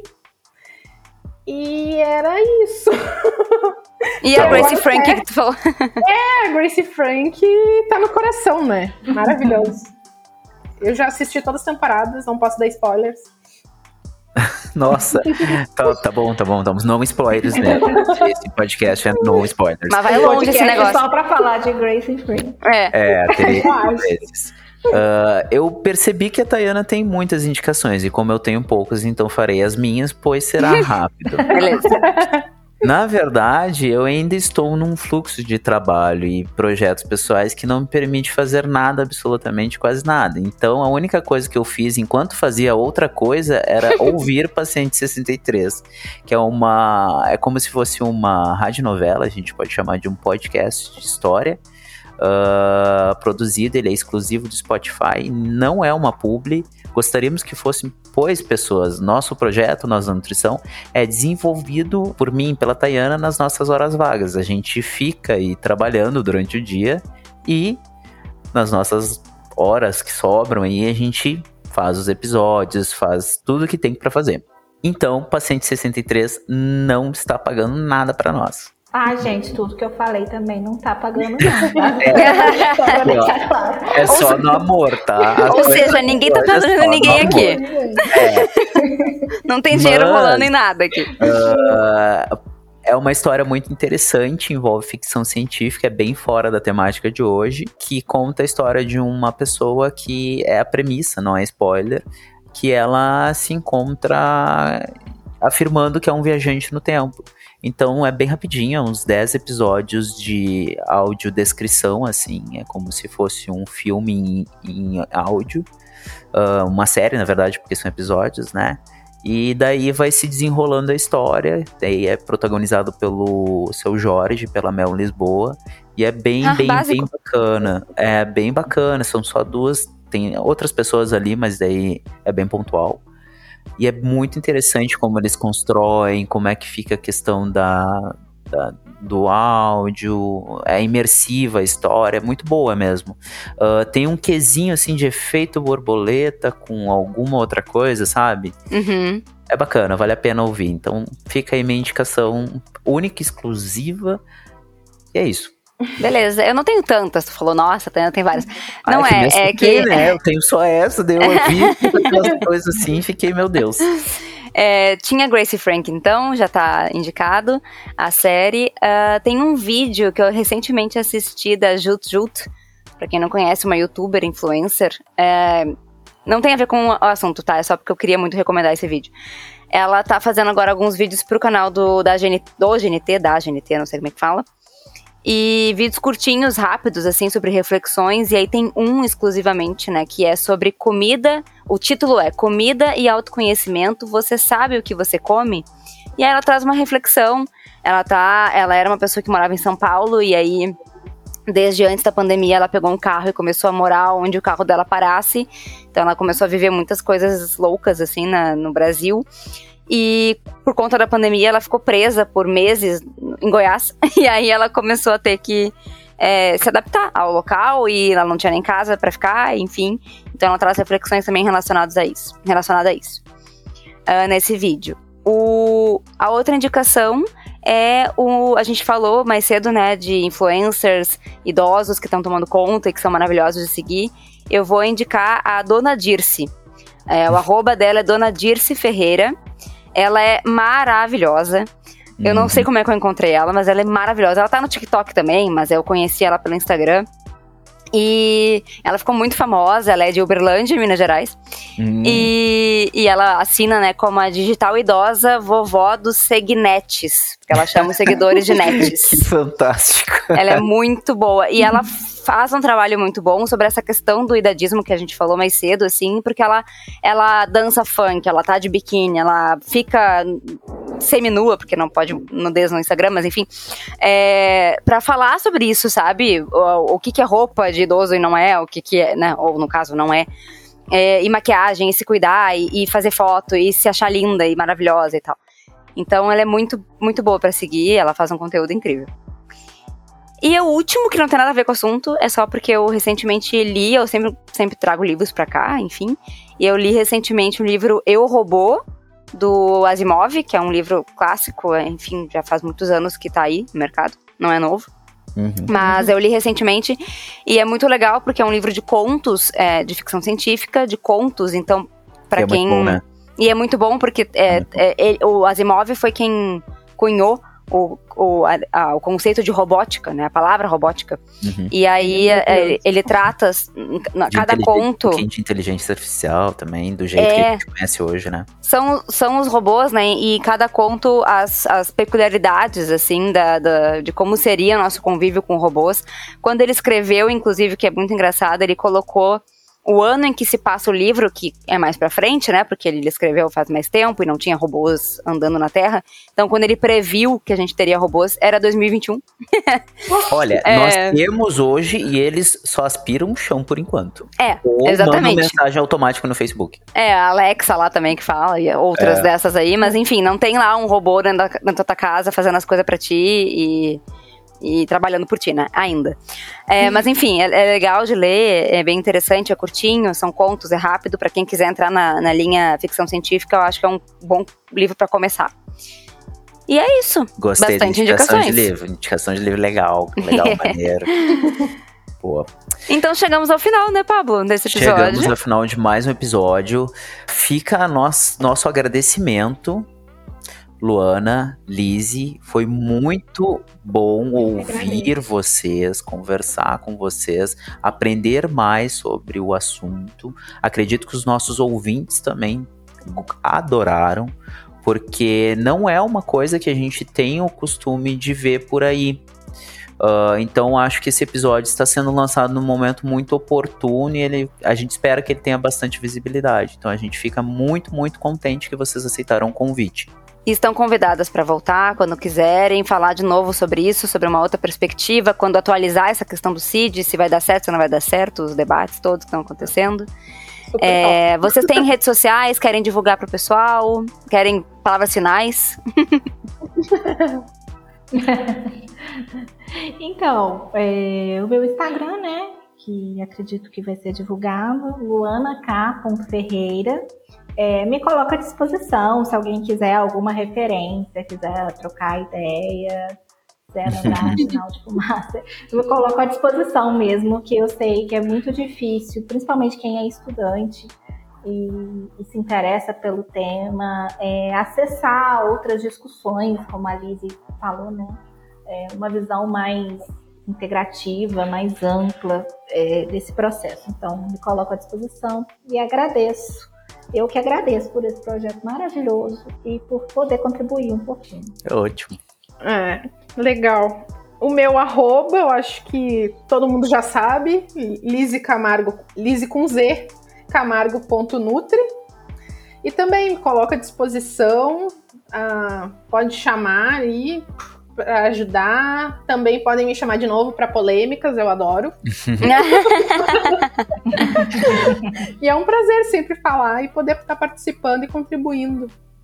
E era isso. E a Grace Frank que tu falou? A Grace Frank tá no coração, né? Maravilhoso. Eu já assisti todas as temporadas, não posso dar spoilers. Nossa, tá bom. Estamos no spoilers, né? Esse podcast é no spoilers. Mas vai longe esse negócio. Só pra falar de Grace Frank. Teria vezes. Eu percebi que a Tayana tem muitas indicações, e como eu tenho poucas, então farei as minhas, pois será rápido. Beleza. Na verdade, eu ainda estou num fluxo de trabalho e projetos pessoais que não me permite fazer nada, absolutamente quase nada. Então, a única coisa que eu fiz enquanto fazia outra coisa era ouvir Paciente 63, que é como se fosse uma radionovela, a gente pode chamar de um podcast de história, produzido, ele é exclusivo do Spotify, não é uma publi. Gostaríamos que fosse, pois, pessoas, nosso projeto, Nossa Nutrição, é desenvolvido por mim, pela Tayana, nas nossas horas vagas. A gente fica aí trabalhando durante o dia e nas nossas horas que sobram aí a gente faz os episódios, faz tudo que tem para fazer. Então, Paciente 63 não está pagando nada para nós. Gente, tudo que eu falei também não tá pagando nada. Só pra deixar claro. É só no amor, tá? Ou seja, ninguém tá pagando ninguém aqui. Não tem dinheiro rolando em nada aqui. É uma história muito interessante, envolve ficção científica, é bem fora da temática de hoje, que conta a história de uma pessoa que é a premissa, não é spoiler, que ela se encontra afirmando que é um viajante no tempo. Então é bem rapidinho, uns 10 episódios de audiodescrição, assim, é como se fosse um filme em áudio, uma série, na verdade, porque são episódios, né? E daí vai se desenrolando a história, daí é protagonizado pelo Seu Jorge, pela Mel Lisboa, e é bem bacana, é bem bacana, são só 2, tem outras pessoas ali, mas daí é bem pontual. E é muito interessante como eles constroem, como é que fica a questão do áudio, é imersiva a história, é muito boa mesmo. Tem um quesinho assim de efeito borboleta com alguma outra coisa, sabe? Uhum. É bacana, vale a pena ouvir. Então fica aí minha indicação única, exclusiva, e é isso. Beleza, eu não tenho tantas, tu falou, nossa, tem várias. Não é que... né? Eu tenho só essa, daí eu ouvi aquelas coisas assim e fiquei, meu Deus. Tinha Grace Frank, então, já tá indicado a série. Tem um vídeo que eu recentemente assisti da Jut Jut, pra quem não conhece, uma youtuber, influencer. Não tem a ver com o assunto, tá? É só porque eu queria muito recomendar esse vídeo. Ela tá fazendo agora alguns vídeos pro canal da GNT, não sei como é que fala. E vídeos curtinhos, rápidos, assim, sobre reflexões. E aí tem um exclusivamente, né, que é sobre comida. O título é Comida e Autoconhecimento. Você sabe o que você come? E aí ela traz uma reflexão. Ela era uma pessoa que morava em São Paulo. E aí, desde antes da pandemia, ela pegou um carro e começou a morar onde o carro dela parasse. Então ela começou a viver muitas coisas loucas, assim, no Brasil. E por conta da pandemia, ela ficou presa por meses em Goiás. E aí ela começou a ter que se adaptar ao local. E ela não tinha nem casa pra ficar, enfim. Então ela traz reflexões também relacionadas a isso. Nesse vídeo. A outra indicação a gente falou mais cedo, né, de influencers idosos que estão tomando conta e que são maravilhosos de seguir. Eu vou indicar a Dona Dirce. O arroba dela é Dona Dirce Ferreira. Ela é maravilhosa. Eu não sei como é que eu encontrei ela, mas ela é maravilhosa. Ela tá no TikTok também, mas eu conheci ela pelo Instagram. E ela ficou muito famosa, ela é de Uberlândia, Minas Gerais. E ela assina, né, como a digital idosa vovó dos segnetes, porque ela chama os seguidores de netes. Que fantástico. Ela é muito boa. E ela faz um trabalho muito bom sobre essa questão do idadismo que a gente falou mais cedo, assim, porque ela dança funk, ela tá de biquíni, ela fica seminua, porque não pode nudez no Instagram, mas enfim, pra falar sobre isso, sabe? O que é roupa de idoso e não é, o que é, né? Ou no caso, não é. E maquiagem, e se cuidar, e fazer foto, e se achar linda e maravilhosa e tal. Então ela é muito, muito boa pra seguir, ela faz um conteúdo incrível. E o último, que não tem nada a ver com o assunto, é só porque eu recentemente li, eu sempre trago livros pra cá, enfim. E eu li recentemente o livro Eu, Robô, do Asimov, que é um livro clássico, enfim, já faz muitos anos que tá aí no mercado, não é novo. Mas eu li recentemente e é muito legal porque é um livro de contos, de ficção científica, de contos, então pra quem... É muito bom, né? E é muito bom porque o Asimov foi quem cunhou o conceito de robótica, né? A palavra robótica. E aí ele trata cada conto... De inteligência artificial também, do jeito que a gente conhece hoje, né? São os robôs, né? E cada conto, as peculiaridades, assim, de como seria o nosso convívio com robôs. Quando ele escreveu, inclusive, que é muito engraçado, ele colocou o ano em que se passa o livro, que é mais pra frente, né? Porque ele escreveu faz mais tempo e não tinha robôs andando na Terra. Então, quando ele previu que a gente teria robôs, era 2021. Olha, nós temos hoje e eles só aspiram o chão por enquanto. Ou exatamente. mandam mensagem automática no Facebook. A Alexa lá também que fala, e outras dessas aí. Mas, enfim, não tem lá um robô dentro da tua casa fazendo as coisas pra ti e trabalhando por ti, né? Ainda. Mas enfim, é legal de ler, é bem interessante, é curtinho, são contos, é rápido. Pra quem quiser entrar na linha ficção científica, eu acho que é um bom livro pra começar. E é isso. Gostei bastante de indicação indicações. de livro. Indicação de livro legal, maneiro. Pô. Então chegamos ao final, né, Pablo, desse episódio. Chegamos ao final de mais um episódio. Fica nosso agradecimento, Luana, Lizzy, foi muito bom ouvir vocês, conversar com vocês, aprender mais sobre o assunto. Acredito que os nossos ouvintes também adoraram, porque não é uma coisa que a gente tem o costume de ver por aí. Então acho que esse episódio está sendo lançado num momento muito oportuno e a gente espera que ele tenha bastante visibilidade. Então a gente fica muito, muito contente que vocês aceitaram o convite. E estão convidadas para voltar quando quiserem, falar de novo sobre isso, sobre uma outra perspectiva, quando atualizar essa questão do CID, se vai dar certo, se não vai dar certo, os debates todos que estão acontecendo. Vocês têm redes sociais, querem divulgar para o pessoal? Querem palavras finais? Então, o meu Instagram, né, que acredito que vai ser divulgado, luanaK.ferreira. Me coloco à disposição, se alguém quiser alguma referência, quiser trocar ideia, quiser mandar sinal de fumaça, eu me coloco à disposição mesmo, que eu sei que é muito difícil, principalmente quem é estudante e se interessa pelo tema, acessar outras discussões, como a Lizzy falou, né? Uma visão mais integrativa, mais ampla desse processo. Então, me coloco à disposição e agradeço. Eu que agradeço por esse projeto maravilhoso e por poder contribuir um pouquinho. Ótimo. Legal. O meu @ eu acho que todo mundo já sabe, Lizzy Camargo, Lizzy com Z, camargo.nutri. E também me coloco à disposição, pode chamar aí para ajudar. Também podem me chamar de novo para polêmicas, eu adoro. E é um prazer sempre falar e poder estar participando e contribuindo.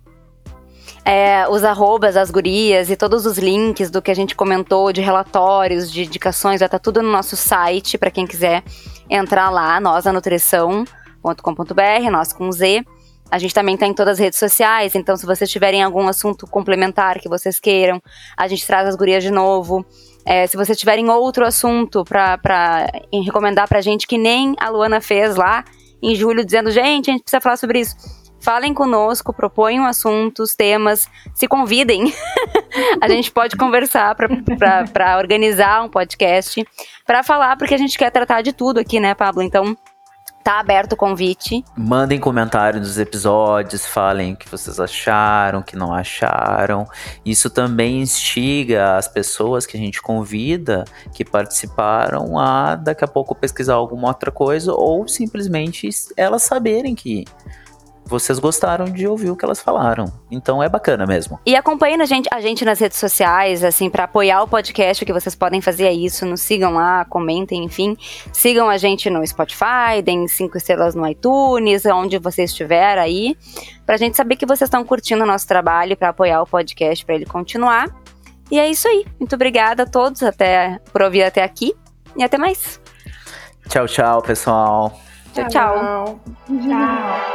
Os arrobas, as gurias e todos os links do que a gente comentou, de relatórios, de indicações, já tá tudo no nosso site, para quem quiser entrar lá, nosanutrição.com.br, nós com Z. A gente também tá em todas as redes sociais, então se vocês tiverem algum assunto complementar que vocês queiram, a gente traz as gurias de novo. Se vocês tiverem outro assunto pra recomendar pra gente, que nem a Luana fez lá em julho, dizendo, gente, a gente precisa falar sobre isso. Falem conosco, proponham assuntos, temas, se convidem a gente pode conversar para organizar um podcast, para falar, porque a gente quer tratar de tudo aqui, né, Pablo? Então, tá aberto o convite. Mandem comentários dos episódios, falem o que vocês acharam, o que não acharam. Isso também instiga as pessoas que a gente convida, que participaram, a daqui a pouco pesquisar alguma outra coisa, ou simplesmente elas saberem que vocês gostaram de ouvir o que elas falaram. Então é bacana mesmo. E acompanhem a gente nas redes sociais, assim, para apoiar o podcast. O que vocês podem fazer é isso. Nos sigam lá, comentem, enfim. Sigam a gente no Spotify, deem 5 estrelas no iTunes, onde você estiver aí, pra gente saber que vocês estão curtindo o nosso trabalho, para apoiar o podcast, para ele continuar. E é isso aí. Muito obrigada a todos por ouvir até aqui. E até mais. Tchau, tchau, pessoal. Tchau, tchau. Tchau.